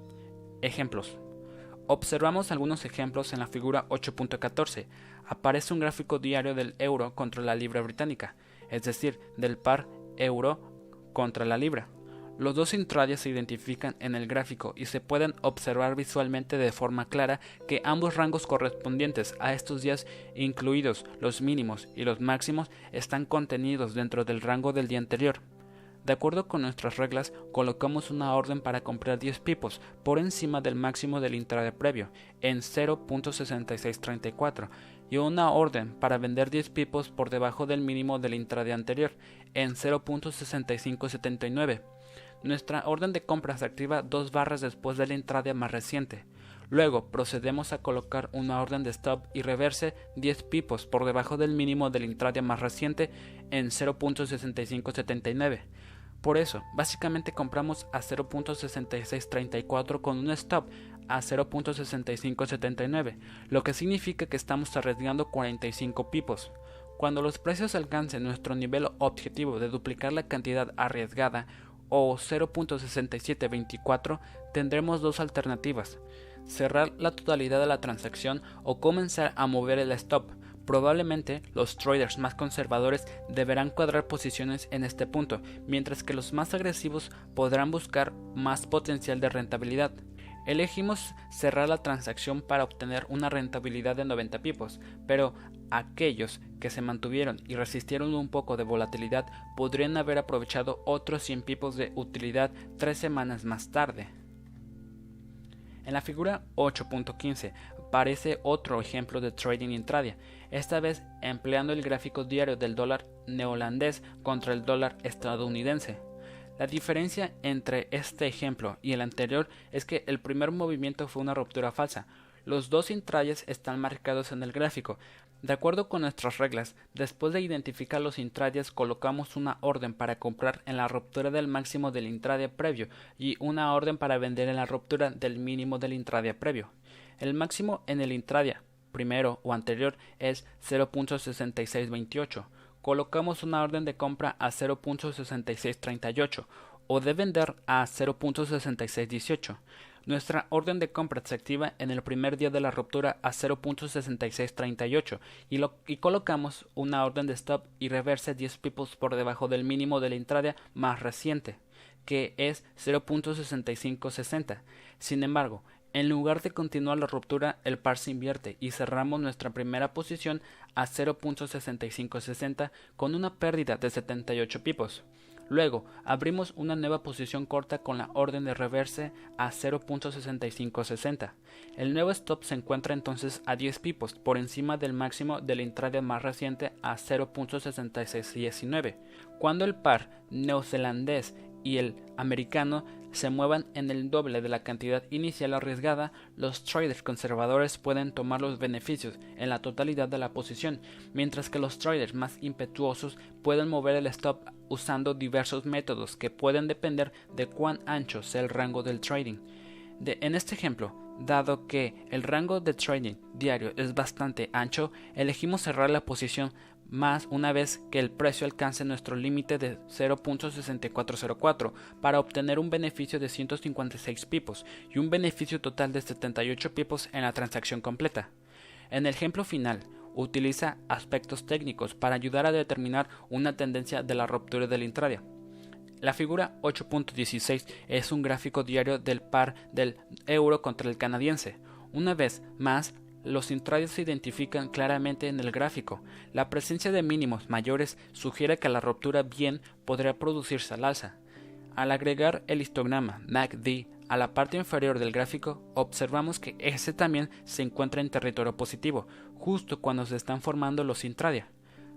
A: Ejemplos. Observamos algunos ejemplos en la figura ocho punto catorce. Aparece un gráfico diario del euro contra la libra británica, es decir, del par euro contra la libra. Los dos intradías se identifican en el gráfico y se pueden observar visualmente de forma clara que ambos rangos correspondientes a estos días, incluidos los mínimos y los máximos, están contenidos dentro del rango del día anterior. De acuerdo con nuestras reglas, colocamos una orden para comprar diez pipos por encima del máximo del intradía previo, en cero punto sesenta y seis treinta y cuatro, y una orden para vender diez pipos por debajo del mínimo del intradía anterior, en cero punto sesenta y cinco setenta y nueve. Nuestra orden de compra se activa dos barras después del intradía más reciente. Luego procedemos a colocar una orden de stop y reverse diez pipos por debajo del mínimo del intradía más reciente en cero punto sesenta y cinco setenta y nueve. Por eso, básicamente compramos a cero punto sesenta y seis treinta y cuatro con un stop a cero punto sesenta y cinco setenta y nueve, lo que significa que estamos arriesgando cuarenta y cinco pipos. Cuando los precios alcancen nuestro nivel objetivo de duplicar la cantidad arriesgada, o cero punto sesenta y siete veinticuatro, tendremos dos alternativas: cerrar la totalidad de la transacción o comenzar a mover el stop. Probablemente los traders más conservadores deberán cuadrar posiciones en este punto, mientras que los más agresivos podrán buscar más potencial de rentabilidad. Elegimos cerrar la transacción para obtener una rentabilidad de noventa pipos, pero aquellos que se mantuvieron y resistieron un poco de volatilidad podrían haber aprovechado otros cien pipos de utilidad tres semanas más tarde. En la figura ocho punto quince aparece otro ejemplo de trading intraday, esta vez empleando el gráfico diario del dólar neozelandés contra el dólar estadounidense. La diferencia entre este ejemplo y el anterior es que el primer movimiento fue una ruptura falsa. Los dos intradías están marcados en el gráfico. De acuerdo con nuestras reglas, después de identificar los intradías colocamos una orden para comprar en la ruptura del máximo del intradía previo y una orden para vender en la ruptura del mínimo del intradía previo. El máximo en el intradía primero o anterior es cero punto sesenta y seis veintiocho. Colocamos una orden de compra a cero punto sesenta y seis treinta y ocho o de vender a cero punto sesenta y seis dieciocho. Nuestra orden de compra se activa en el primer día de la ruptura a cero punto sesenta y seis treinta y ocho y, lo, y colocamos una orden de stop y reverse diez pipos por debajo del mínimo del intradía más reciente, que es cero punto sesenta y cinco sesenta. Sin embargo, en lugar de continuar la ruptura, el par se invierte y cerramos nuestra primera posición a cero punto sesenta y cinco sesenta con una pérdida de setenta y ocho pipos. Luego, abrimos una nueva posición corta con la orden de reverse a cero punto sesenta y cinco sesenta. El nuevo stop se encuentra entonces a diez pipos por encima del máximo del intradía más reciente a cero punto sesenta y seis diecinueve. Cuando el par neozelandés y el americano se muevan en el doble de la cantidad inicial arriesgada, los traders conservadores pueden tomar los beneficios en la totalidad de la posición, mientras que los traders más impetuosos pueden mover el stop usando diversos métodos que pueden depender de cuán ancho sea el rango del trading. De, en este ejemplo, dado que el rango de trading diario es bastante ancho, elegimos cerrar la posición más una vez que el precio alcance nuestro límite de cero punto sesenta y cuatro cero cuatro para obtener un beneficio de ciento cincuenta y seis pipos y un beneficio total de setenta y ocho pipos en la transacción completa. En el ejemplo final, utiliza aspectos técnicos para ayudar a determinar una tendencia de la ruptura del intradía. La figura ocho punto dieciséis es un gráfico diario del par del euro contra el canadiense. Una vez más, los intradías se identifican claramente en el gráfico. La presencia de mínimos mayores sugiere que la ruptura bien podría producirse al alza. Al agregar el histograma M A C D a la parte inferior del gráfico, observamos que ese también se encuentra en territorio positivo, justo cuando se están formando los intradía.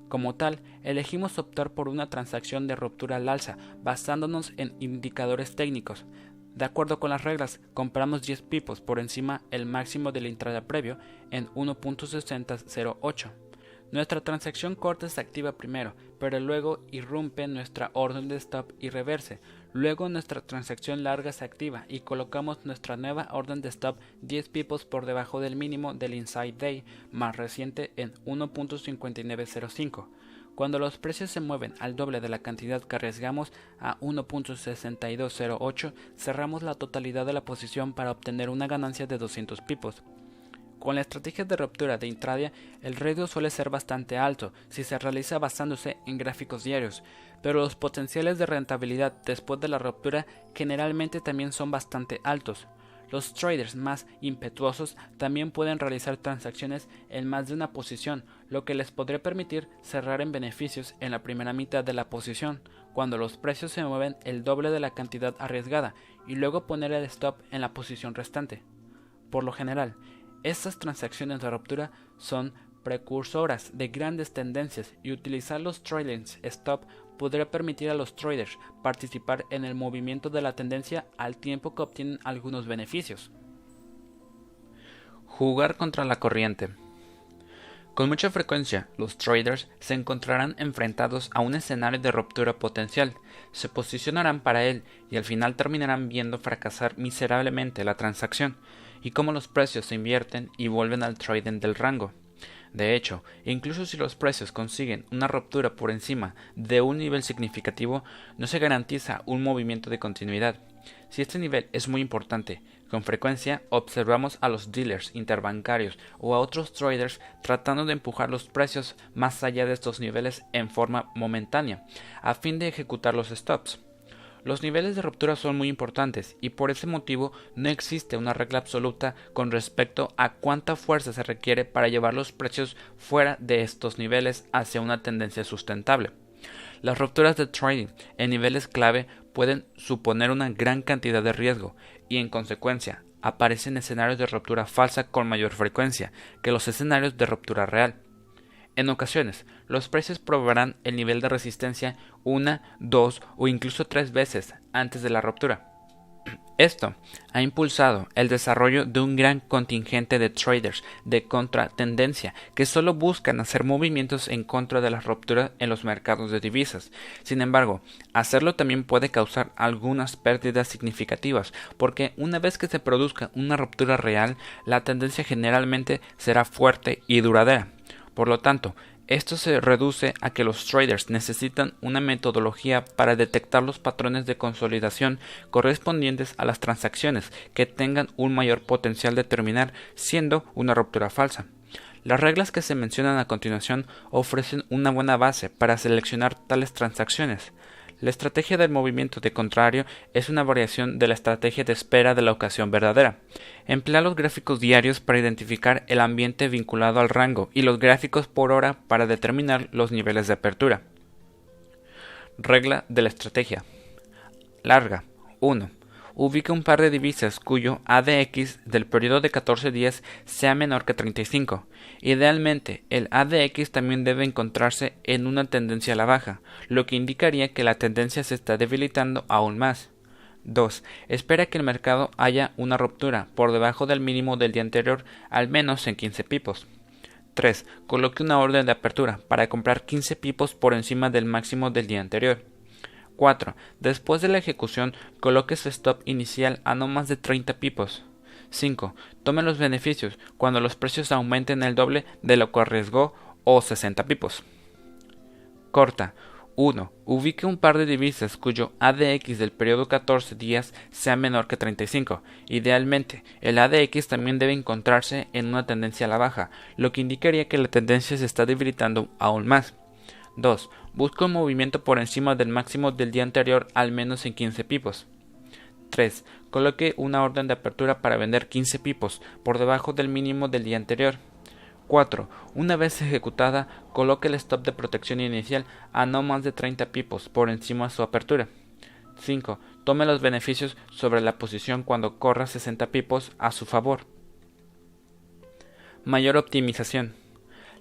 A: Como tal, elegimos optar por una transacción de ruptura al alza, basándonos en indicadores técnicos. De acuerdo con las reglas, compramos diez pipos por encima el máximo del intraday previo en uno punto sesenta cero ocho. Nuestra transacción corta se activa primero, pero luego irrumpe nuestra orden de stop y reverse. Luego nuestra transacción larga se activa y colocamos nuestra nueva orden de stop diez pipos por debajo del mínimo del inside day más reciente en uno punto cincuenta y nueve cero cinco. Cuando los precios se mueven al doble de la cantidad que arriesgamos a uno punto sesenta y dos cero ocho, cerramos la totalidad de la posición para obtener una ganancia de doscientos pipos. Con la estrategia de ruptura de intraday, el riesgo suele ser bastante alto si se realiza basándose en gráficos diarios, pero los potenciales de rentabilidad después de la ruptura generalmente también son bastante altos. Los traders más impetuosos también pueden realizar transacciones en más de una posición, lo que les podría permitir cerrar en beneficios en la primera mitad de la posición, cuando los precios se mueven el doble de la cantidad arriesgada, y luego poner el stop en la posición restante. Por lo general, estas transacciones de ruptura son precursoras de grandes tendencias y utilizar los trailing stop podría permitir a los traders participar en el movimiento de la tendencia al tiempo que obtienen algunos beneficios. Jugar contra la corriente. Con mucha frecuencia, los traders se encontrarán enfrentados a un escenario de ruptura potencial, se posicionarán para él y al final terminarán viendo fracasar miserablemente la transacción, y cómo los precios se invierten y vuelven al trading del rango. De hecho, incluso si los precios consiguen una ruptura por encima de un nivel significativo, no se garantiza un movimiento de continuidad. Si este nivel es muy importante, con frecuencia observamos a los dealers interbancarios o a otros traders tratando de empujar los precios más allá de estos niveles en forma momentánea, a fin de ejecutar los stops. Los niveles de ruptura son muy importantes y por ese motivo no existe una regla absoluta con respecto a cuánta fuerza se requiere para llevar los precios fuera de estos niveles hacia una tendencia sustentable. Las rupturas de trading en niveles clave pueden suponer una gran cantidad de riesgo y en consecuencia aparecen escenarios de ruptura falsa con mayor frecuencia que los escenarios de ruptura real. En ocasiones, los precios probarán el nivel de resistencia una, dos o incluso tres veces antes de la ruptura. Esto ha impulsado el desarrollo de un gran contingente de traders de contratendencia que solo buscan hacer movimientos en contra de la ruptura en los mercados de divisas. Sin embargo, hacerlo también puede causar algunas pérdidas significativas, porque una vez que se produzca una ruptura real, la tendencia generalmente será fuerte y duradera. Por lo tanto, esto se reduce a que los traders necesitan una metodología para detectar los patrones de consolidación correspondientes a las transacciones que tengan un mayor potencial de terminar siendo una ruptura falsa. Las reglas que se mencionan a continuación ofrecen una buena base para seleccionar tales transacciones. La estrategia del movimiento de contrario es una variación de la estrategia de espera de la ocasión verdadera. Emplea los gráficos diarios para identificar el ambiente vinculado al rango y los gráficos por hora para determinar los niveles de apertura. Regla de la estrategia. Larga. uno. Ubica un par de divisas cuyo A D X del periodo de catorce días sea menor que treinta y cinco. Idealmente, el A D X también debe encontrarse en una tendencia a la baja, lo que indicaría que la tendencia se está debilitando aún más. dos. Espera que el mercado haya una ruptura por debajo del mínimo del día anterior, al menos en quince pipos. tres. Coloque una orden de apertura para comprar quince pipos por encima del máximo del día anterior. cuatro. Después de la ejecución, coloque su stop inicial a no más de treinta pipos. cinco. Tome los beneficios cuando los precios aumenten el doble de lo que arriesgó o sesenta pipos. Corta. uno. Ubique un par de divisas cuyo A D X del periodo catorce días sea menor que treinta y cinco. Idealmente, el A D X también debe encontrarse en una tendencia a la baja, lo que indicaría que la tendencia se está debilitando aún más. dos. Busca un movimiento por encima del máximo del día anterior al menos en quince pipos. tres. Coloque una orden de apertura para vender quince pipos por debajo del mínimo del día anterior. cuatro. Una vez ejecutada, coloque el stop de protección inicial a no más de treinta pipos por encima de su apertura. cinco. Tome los beneficios sobre la posición cuando corra sesenta pipos a su favor. Mayor optimización.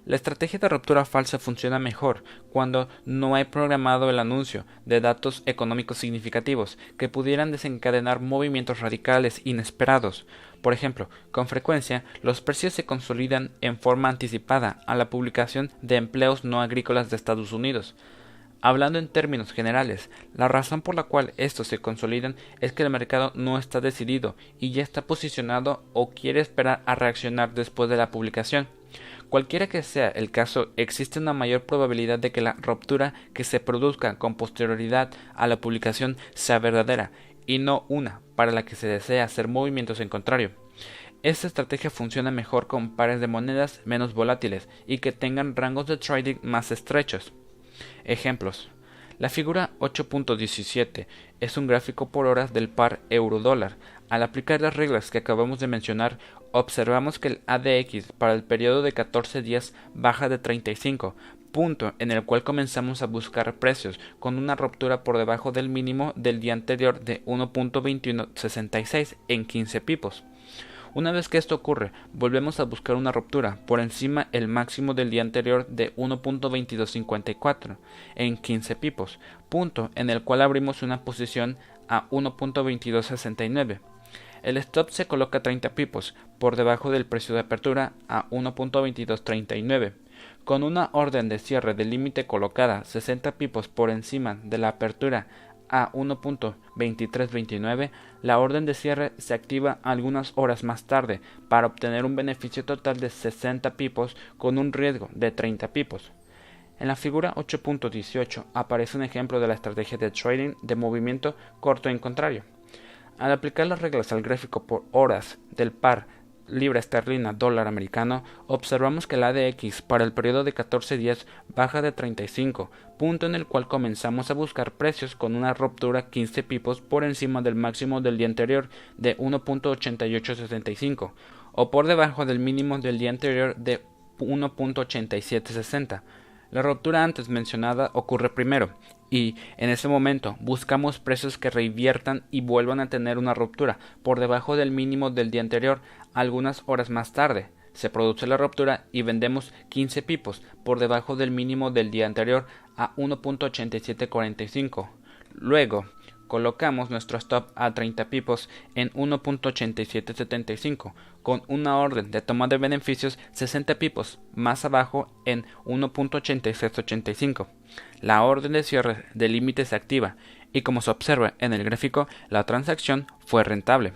B: La estrategia de ruptura falsa funciona mejor cuando no hay programado el anuncio de datos económicos significativos que pudieran desencadenar movimientos radicales inesperados. Por ejemplo, con frecuencia los precios se consolidan en forma anticipada a la publicación de empleos no agrícolas de Estados Unidos. Hablando en términos generales, la razón por la cual estos se consolidan es que el mercado no está decidido y ya está posicionado o quiere esperar a reaccionar después de la publicación. Cualquiera que sea el caso, existe una mayor probabilidad de que la ruptura que se produzca con posterioridad a la publicación sea verdadera, y no una para la que se desea hacer movimientos en contrario. Esta estrategia funciona mejor con pares de monedas menos volátiles y que tengan rangos de trading más estrechos. Ejemplos. La figura ocho punto diecisiete es un gráfico por horas del par euro-dólar. Al aplicar las reglas que acabamos de mencionar, observamos que el A D X para el periodo de catorce días baja de treinta y cinco, punto en el cual comenzamos a buscar precios con una ruptura por debajo del mínimo del día anterior de uno punto veintiuno sesenta y seis en quince pipos. Una vez que esto ocurre, volvemos a buscar una ruptura por encima el máximo del día anterior de uno punto veintidós cincuenta y cuatro en quince pipos, punto en el cual abrimos una posición a uno punto veintidós sesenta y nueve. El stop se coloca treinta pipos por debajo del precio de apertura a uno punto veintidós treinta y nueve. Con una orden de cierre de límite colocada sesenta pipos por encima de la apertura a uno punto veintitrés veintinueve, la orden de cierre se activa algunas horas más tarde para obtener un beneficio total de sesenta pipos con un riesgo de treinta pipos. En la figura ocho punto dieciocho aparece un ejemplo de la estrategia de trading de movimiento corto en contrario. Al aplicar las reglas al gráfico por horas del par libra esterlina dólar americano, observamos que el A D X para el periodo de catorce días baja de treinta y cinco, punto en el cual comenzamos a buscar precios con una ruptura quince pipos por encima del máximo del día anterior de uno punto ochenta y ocho sesenta y cinco o por debajo del mínimo del día anterior de uno punto ochenta y siete sesenta. La ruptura antes mencionada ocurre primero, y en ese momento buscamos precios que reviertan y vuelvan a tener una ruptura por debajo del mínimo del día anterior algunas horas más tarde. Se produce la ruptura y vendemos quince pipos por debajo del mínimo del día anterior a uno punto ochenta y siete cuarenta y cinco. Luego, colocamos nuestro stop a treinta pipos en uno punto ochenta y siete setenta y cinco con una orden de toma de beneficios sesenta pipos más abajo en uno punto ochenta y seis ochenta y cinco. La orden de cierre de límite se activa y, como se observa en el gráfico, la transacción fue rentable.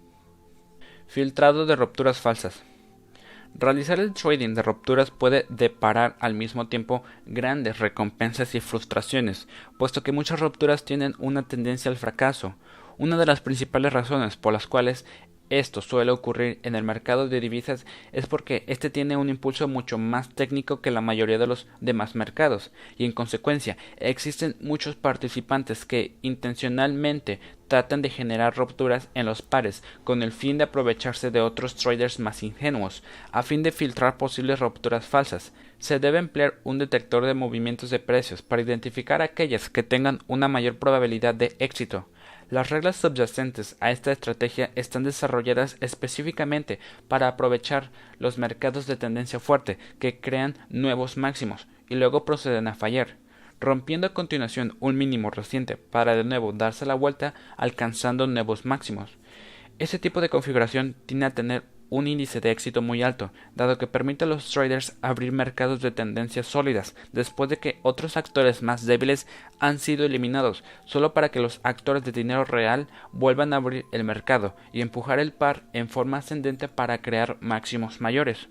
B: Filtrado de rupturas falsas. Realizar el trading de rupturas puede deparar al mismo tiempo grandes recompensas y frustraciones, puesto que muchas rupturas tienen una tendencia al fracaso. Una de las principales razones por las cuales esto suele ocurrir en el mercado de divisas es porque este tiene un impulso mucho más técnico que la mayoría de los demás mercados, y en consecuencia existen muchos participantes que intencionalmente tratan de generar rupturas en los pares con el fin de aprovecharse de otros traders más ingenuos, a fin de filtrar posibles rupturas falsas. Se debe emplear un detector de movimientos de precios para identificar aquellas que tengan una mayor probabilidad de éxito. Las reglas subyacentes a esta estrategia están desarrolladas específicamente para aprovechar los mercados de tendencia fuerte que crean nuevos máximos y luego proceden a fallar, rompiendo a continuación un mínimo reciente para de nuevo darse la vuelta alcanzando nuevos máximos. Este tipo de configuración tiende a tener un índice de éxito muy alto, dado que permite a los traders abrir mercados de tendencias sólidas después de que otros actores más débiles han sido eliminados, solo para que los actores de dinero real vuelvan a abrir el mercado y empujar el par en forma ascendente para crear máximos mayores.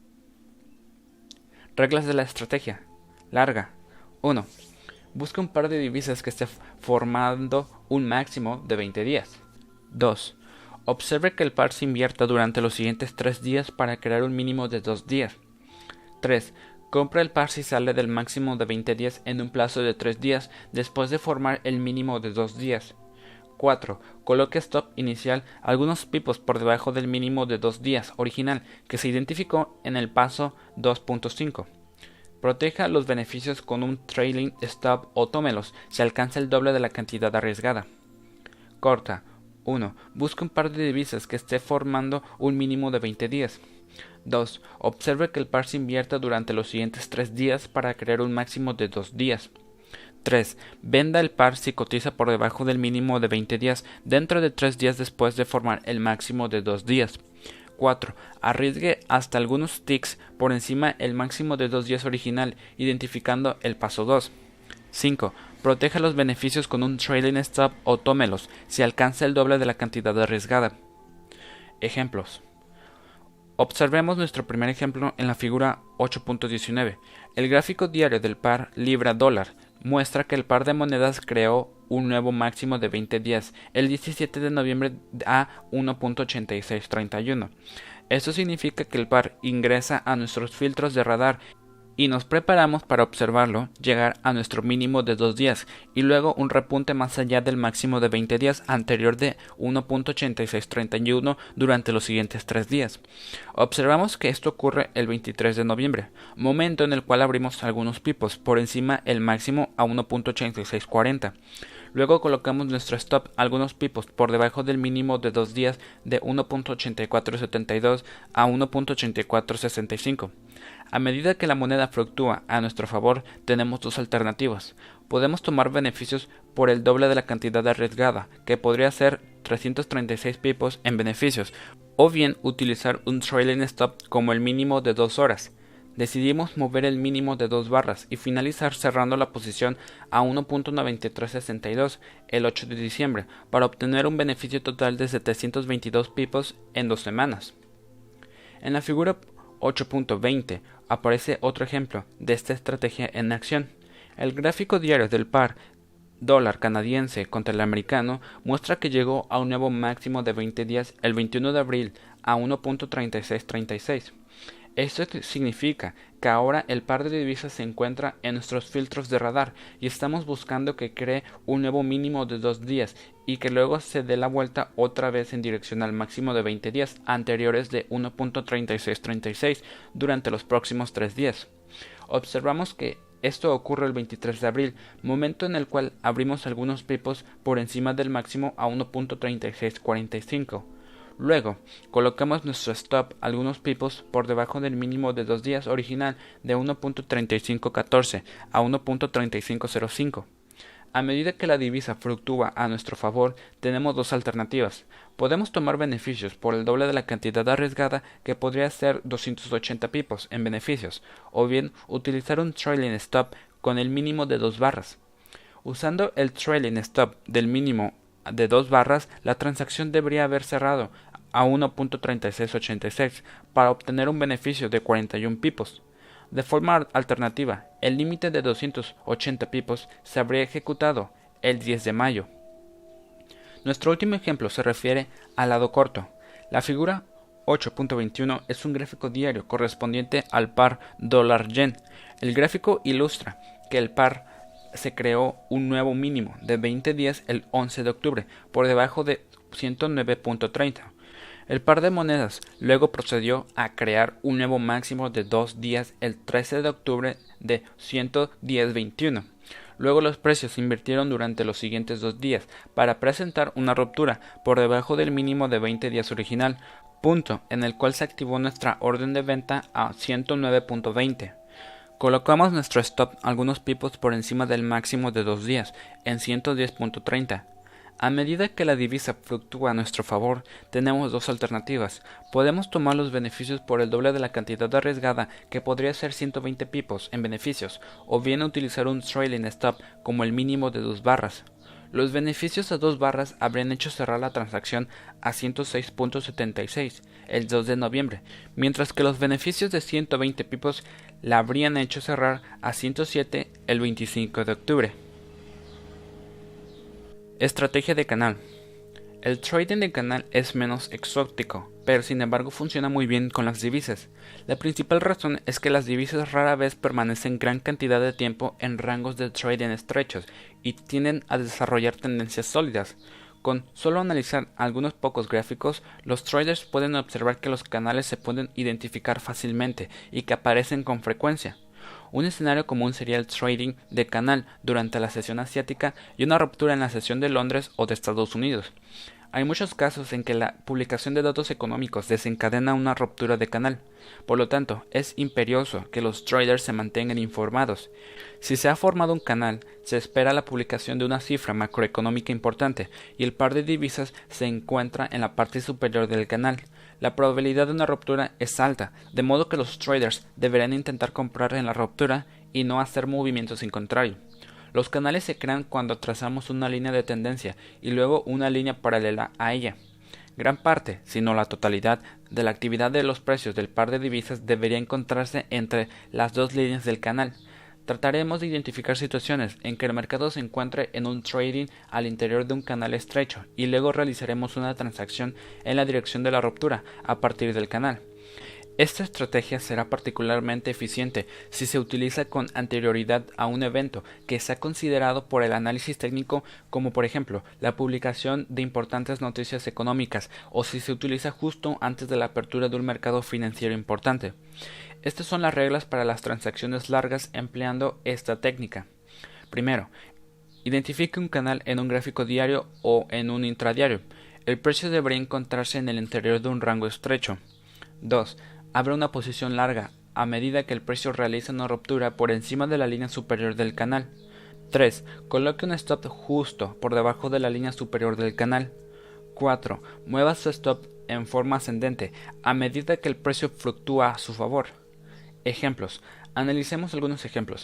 B: Reglas de la estrategia. Larga. uno. Busca un par de divisas que esté formando un máximo de veinte días. dos. Observe que el par se invierta durante los siguientes tres días para crear un mínimo de dos días. tres. Compra el par si sale del máximo de veinte días en un plazo de tres días después de formar el mínimo de dos días. cuatro. Coloque stop inicial algunos pipos por debajo del mínimo de dos días original que se identificó en el paso dos punto cinco. Proteja los beneficios con un trailing stop o tómelos si alcanza el doble de la cantidad arriesgada. Corta. uno. Busca un par de divisas que esté formando un mínimo de veinte días. dos. Observe que el par se invierta durante los siguientes tres días para crear un máximo de dos días. tres. Venda el par si cotiza por debajo del mínimo de veinte días dentro de tres días después de formar el máximo de dos días. cuatro. Arriesgue hasta algunos ticks por encima el máximo de dos días original, identificando el paso dos. cinco. Proteja los beneficios con un trailing stop o tómelos si alcanza el doble de la cantidad arriesgada. Ejemplos. Observemos nuestro primer ejemplo en la figura ocho punto diecinueve. El gráfico diario del par libra-dólar muestra que el par de monedas creó un nuevo máximo de veinte días el diecisiete de noviembre a uno punto ochenta y seis treinta y uno. Esto significa que el par ingresa a nuestros filtros de radar y nos preparamos para observarlo llegar a nuestro mínimo de dos días y luego un repunte más allá del máximo de veinte días anterior de uno punto ochenta y seis treinta y uno durante los siguientes tres días. Observamos que esto ocurre el veintitrés de noviembre, momento en el cual abrimos algunos pipos por encima el máximo a uno punto ochenta y seis cuarenta. Luego colocamos nuestro stop algunos pipos por debajo del mínimo de dos días de uno punto ochenta y cuatro setenta y dos a uno punto ochenta y cuatro sesenta y cinco. A medida que la moneda fluctúa a nuestro favor, tenemos dos alternativas. Podemos tomar beneficios por el doble de la cantidad arriesgada, que podría ser trescientos treinta y seis pipos en beneficios, o bien utilizar un trailing stop como el mínimo de dos horas. Decidimos mover el mínimo de dos barras y finalizar cerrando la posición a uno punto noventa y tres sesenta y dos el ocho de diciembre para obtener un beneficio total de setecientos veintidós pipos en dos semanas. En la figura ocho punto veinte aparece otro ejemplo de esta estrategia en acción. El gráfico diario del par dólar canadiense contra el americano muestra que llegó a un nuevo máximo de veinte días el veintiuno de abril a uno punto treinta y seis treinta y seis. Esto significa que ahora el par de divisas se encuentra en nuestros filtros de radar y estamos buscando que cree un nuevo mínimo de dos días y que luego se dé la vuelta otra vez en dirección al máximo de veinte días anteriores de uno punto treinta y seis treinta y seis durante los próximos tres días. Observamos que esto ocurre el veintitrés de abril, momento en el cual abrimos algunos pipos por encima del máximo a uno punto treinta y seis cuarenta y cinco. Luego, colocamos nuestro stop algunos pipos por debajo del mínimo de dos días original de uno punto treinta y cinco catorce a uno punto treinta y cinco cero cinco. A medida que la divisa fluctúa a nuestro favor, tenemos dos alternativas. Podemos tomar beneficios por el doble de la cantidad arriesgada, que podría ser doscientos ochenta pipos en beneficios, o bien utilizar un trailing stop con el mínimo de dos barras. Usando el trailing stop del mínimo de dos barras, la transacción debería haber cerrado a uno punto treinta y seis ochenta y seis para obtener un beneficio de cuarenta y uno pipos. De forma alternativa, el límite de doscientos ochenta pipos se habría ejecutado el diez de mayo. Nuestro último ejemplo se refiere al lado corto. La figura ocho punto veintiuno es un gráfico diario correspondiente al par dólar-yen. El gráfico ilustra que el par se creó un nuevo mínimo de veinte días el once de octubre, por debajo de ciento nueve punto treinta. El par de monedas luego procedió a crear un nuevo máximo de dos días el trece de octubre de ciento diez punto veintiuno. Luego los precios se invirtieron durante los siguientes dos días para presentar una ruptura por debajo del mínimo de veinte días original, punto en el cual se activó nuestra orden de venta a ciento nueve punto veinte. Colocamos nuestro stop algunos pipos por encima del máximo de dos días en ciento diez punto treinta. A medida que la divisa fluctúa a nuestro favor, tenemos dos alternativas. Podemos tomar los beneficios por el doble de la cantidad arriesgada, que podría ser ciento veinte pipos en beneficios, o bien utilizar un trailing stop como el mínimo de dos barras. Los beneficios a dos barras habrían hecho cerrar la transacción a ciento seis punto setenta y seis el dos de noviembre, mientras que los beneficios de ciento veinte pipos la habrían hecho cerrar a ciento siete el veinticinco de octubre. Estrategia de canal. El trading de canal es menos exótico, pero sin embargo funciona muy bien con las divisas. La principal razón es que las divisas rara vez permanecen gran cantidad de tiempo en rangos de trading estrechos y tienden a desarrollar tendencias sólidas. Con solo analizar algunos pocos gráficos, los traders pueden observar que los canales se pueden identificar fácilmente y que aparecen con frecuencia. Un escenario común sería el trading de canal durante la sesión asiática y una ruptura en la sesión de Londres o de Estados Unidos. Hay muchos casos en que la publicación de datos económicos desencadena una ruptura de canal. Por lo tanto, es imperioso que los traders se mantengan informados. Si se ha formado un canal, se espera la publicación de una cifra macroeconómica importante y el par de divisas se encuentra en la parte superior del canal. La probabilidad de una ruptura es alta, de modo que los traders deberán intentar comprar en la ruptura y no hacer movimientos en contrario. Los canales se crean cuando trazamos una línea de tendencia y luego una línea paralela a ella. Gran parte, si no la totalidad, de la actividad de los precios del par de divisas debería encontrarse entre las dos líneas del canal. Trataremos de identificar situaciones en que el mercado se encuentre en un trading al interior de un canal estrecho y luego realizaremos una transacción en la dirección de la ruptura a partir del canal. Esta estrategia será particularmente eficiente si se utiliza con anterioridad a un evento que sea considerado por el análisis técnico como por ejemplo la publicación de importantes noticias económicas o si se utiliza justo antes de la apertura de un mercado financiero importante. Estas son las reglas para las transacciones largas empleando esta técnica. Primero, identifique un canal en un gráfico diario o en un intradiario. El precio debería encontrarse en el interior de un rango estrecho. dos. Abra una posición larga a medida que el precio realiza una ruptura por encima de la línea superior del canal. tres. Coloque un stop justo por debajo de la línea superior del canal. cuatro. Mueva su stop en forma ascendente a medida que el precio fluctúa a su favor. Ejemplos. Analicemos algunos ejemplos.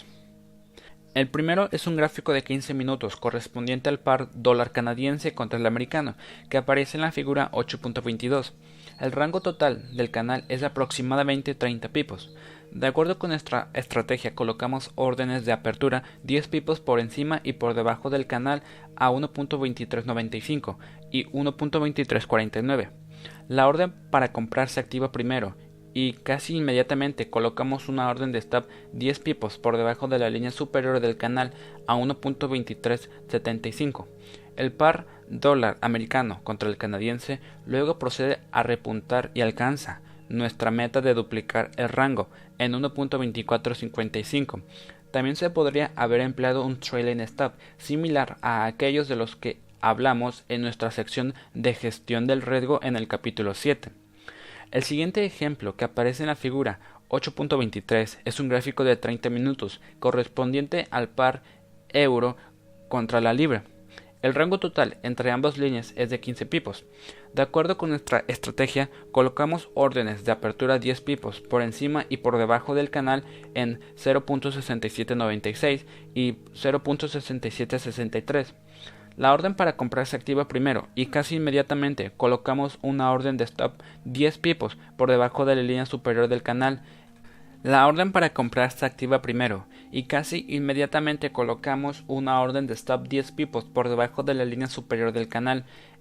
B: El primero es un gráfico de quince minutos correspondiente al par dólar canadiense contra el americano, que aparece en la figura ocho punto veintidós. El rango total del canal es de aproximadamente treinta pipos. De acuerdo con nuestra estrategia, colocamos órdenes de apertura diez pipos por encima y por debajo del canal a uno punto veintitrés noventa y cinco y uno punto veintitrés cuarenta y nueve. La orden para comprar se activa primero y casi inmediatamente colocamos una orden de stop diez pipos por debajo de la línea superior del canal a uno punto veintitrés setenta y cinco. El par dólar americano contra el canadiense luego procede a repuntar y alcanza nuestra meta de duplicar el rango en uno punto veinticuatro cincuenta y cinco. También se podría haber empleado un trailing stop similar a aquellos de los que hablamos en nuestra sección de gestión del riesgo en el capítulo siete. El siguiente ejemplo que aparece en la figura ocho punto veintitrés es un gráfico de treinta minutos correspondiente al par euro contra la libra. El rango total entre ambas líneas es de quince pipos. De acuerdo con nuestra estrategia, colocamos órdenes de apertura diez pipos por encima y por debajo del canal en cero punto sesenta y siete noventa y seis y cero punto sesenta y siete sesenta y tres. La orden para comprar se activa primero y casi inmediatamente colocamos una orden de stop diez pipos por debajo de la línea superior del canal. La orden para comprar se activa primero y casi inmediatamente colocamos una orden de stop diez pipos por debajo de la línea superior del canal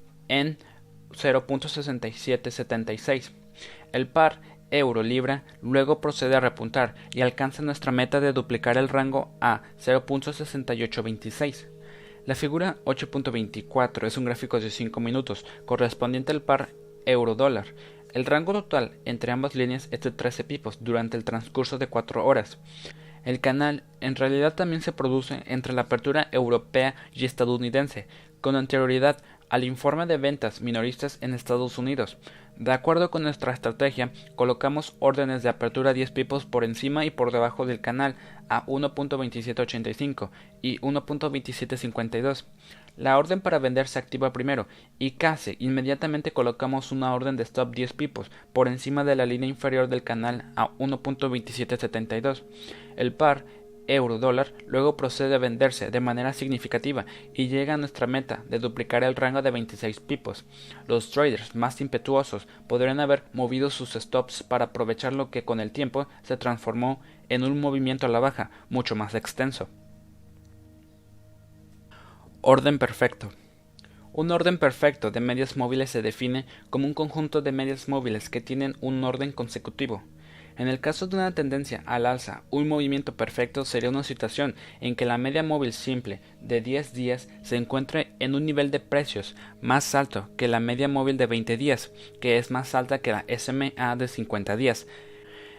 B: en cero punto sesenta y siete setenta y seis. El par euro-libra luego procede a repuntar y alcanza nuestra meta de duplicar el rango a cero punto sesenta y ocho veintiséis. La figura ocho punto veinticuatro es un gráfico de cinco minutos correspondiente al par euro-dólar. El rango total entre ambas líneas es de trece pipos durante el transcurso de cuatro horas. El canal en realidad también se produce entre la apertura europea y estadounidense, con anterioridad al informe de ventas minoristas en Estados Unidos. De acuerdo con nuestra estrategia, colocamos órdenes de apertura diez pipos por encima y por debajo del canal a uno punto veintisiete ochenta y cinco y uno punto veintisiete cincuenta y dos. La orden para vender se activa primero y casi inmediatamente colocamos una orden de stop diez pipos por encima de la línea inferior del canal a uno punto veintisiete setenta y dos. El par euro-dólar luego procede a venderse de manera significativa y llega a nuestra meta de duplicar el rango de veintiséis pipos. Los traders más impetuosos podrían haber movido sus stops para aprovechar lo que con el tiempo se transformó en un movimiento a la baja mucho más extenso. Orden perfecto. Un orden perfecto de medias móviles se define como un conjunto de medias móviles que tienen un orden consecutivo. En el caso de una tendencia al alza, un movimiento perfecto sería una situación en que la media móvil simple de diez días se encuentre en un nivel de precios más alto que la media móvil de veinte días, que es más alta que la S M A de cincuenta días.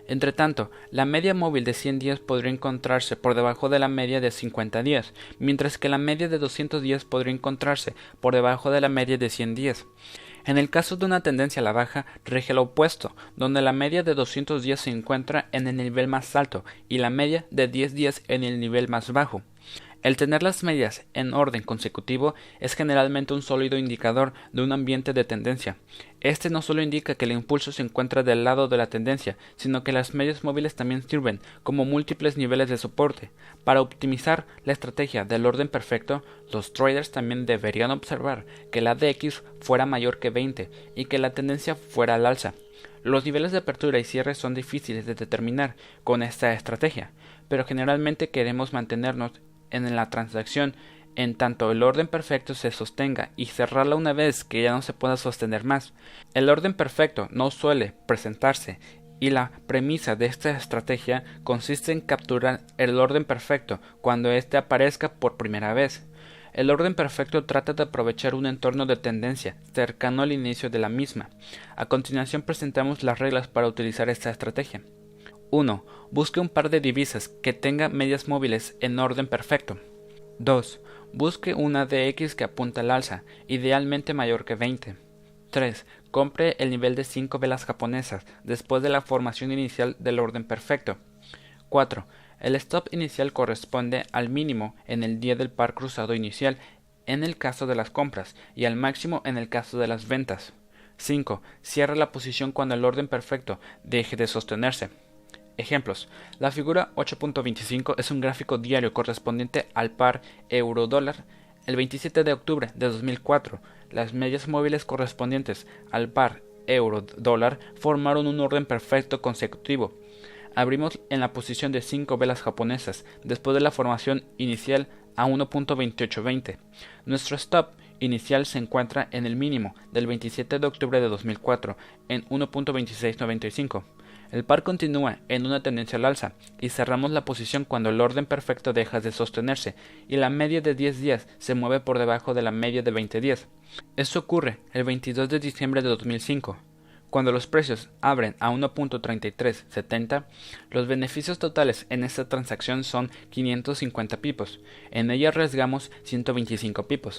B: Entre tanto, la media móvil de cien días podría encontrarse por debajo de la media de cincuenta días, mientras que la media de doscientos días podría encontrarse por debajo de la media de cien días. En el caso de una tendencia a la baja, rige lo opuesto, donde la media de doscientos días se encuentra en el nivel más alto y la media de diez días en el nivel más bajo. El tener las medias en orden consecutivo es generalmente un sólido indicador de un ambiente de tendencia. Este no solo indica que el impulso se encuentra del lado de la tendencia, sino que las medias móviles también sirven como múltiples niveles de soporte. Para optimizar la estrategia del orden perfecto, los traders también deberían observar que la D X fuera mayor que veinte y que la tendencia fuera al alza. Los niveles de apertura y cierre son difíciles de determinar con esta estrategia, pero generalmente queremos mantenernos en la transacción en tanto el orden perfecto se sostenga y cerrarla una vez que ya no se pueda sostener más. El orden perfecto no suele presentarse y la premisa de esta estrategia consiste en capturar el orden perfecto cuando éste aparezca por primera vez. El orden perfecto trata de aprovechar un entorno de tendencia cercano al inicio de la misma. A continuación presentamos las reglas para utilizar esta estrategia. uno. Busque un par de divisas que tenga medias móviles en orden perfecto. dos. Busque una D X que apunta al alza, idealmente mayor que veinte. tres. Compre el nivel de cinco velas japonesas después de la formación inicial del orden perfecto. cuatro. El stop inicial corresponde al mínimo en el día del par cruzado inicial en el caso de las compras y al máximo en el caso de las ventas. cinco. Cierre la posición cuando el orden perfecto deje de sostenerse. Ejemplos. La figura ocho punto veinticinco es un gráfico diario correspondiente al par euro-dólar. El veintisiete de octubre de dos mil cuatro, las medias móviles correspondientes al par euro-dólar formaron un orden perfecto consecutivo. Abrimos en la posición de cinco velas japonesas después de la formación inicial a uno punto veintiocho veinte. Nuestro stop inicial se encuentra en el mínimo del veintisiete de octubre de dos mil cuatro en uno punto veintiséis noventa y cinco. El par continúa en una tendencia al alza y cerramos la posición cuando el orden perfecto deja de sostenerse y la media de diez días se mueve por debajo de la media de veinte días. Esto ocurre el veintidós de diciembre de dos mil cinco. Cuando los precios abren a uno punto treinta y tres setenta, los beneficios totales en esta transacción son quinientos cincuenta pipos. En ella arriesgamos ciento veinticinco pipos.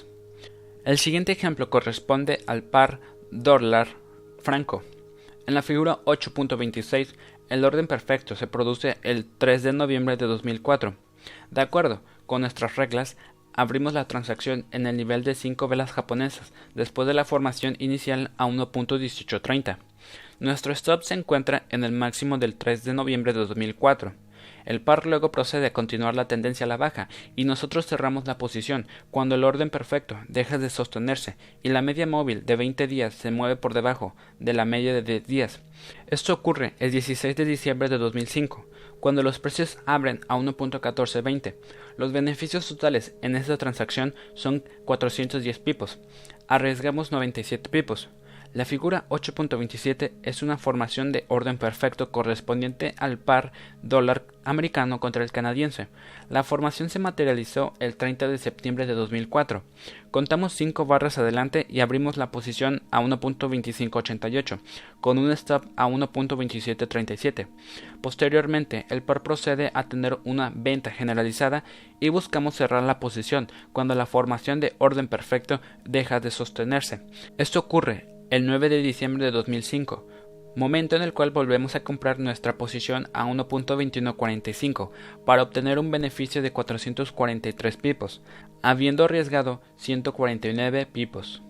B: El siguiente ejemplo corresponde al par dólar-franco. En la figura ocho punto veintiséis, el orden perfecto se produce el tres de noviembre de dos mil cuatro. De acuerdo con nuestras reglas, abrimos la transacción en el nivel de cinco velas japonesas después de la formación inicial a uno punto dieciocho treinta. Nuestro stop se encuentra en el máximo del tres de noviembre de dos mil cuatro. El par luego procede a continuar la tendencia a la baja y nosotros cerramos la posición cuando el orden perfecto deja de sostenerse y la media móvil de veinte días se mueve por debajo de la media de diez días. Esto ocurre el dieciséis de diciembre de dos mil cinco, cuando los precios abren a uno punto catorce veinte. Los beneficios totales en esta transacción son cuatrocientos diez pipos. Arriesgamos noventa y siete pipos. La figura ocho punto veintisiete es una formación de orden perfecto correspondiente al par dólar americano contra el canadiense. La formación se materializó el treinta de septiembre de dos mil cuatro. Contamos cinco barras adelante y abrimos la posición a uno punto veinticinco ochenta y ocho, con un stop a uno punto veintisiete treinta y siete. Posteriormente, el par procede a tener una venta generalizada y buscamos cerrar la posición cuando la formación de orden perfecto deja de sostenerse. Esto ocurre el nueve de diciembre de dos mil cinco, momento en el cual volvemos a comprar nuestra posición a uno punto veintiuno cuarenta y cinco para obtener un beneficio de cuatrocientos cuarenta y tres pipos, habiendo arriesgado ciento cuarenta y nueve pipos.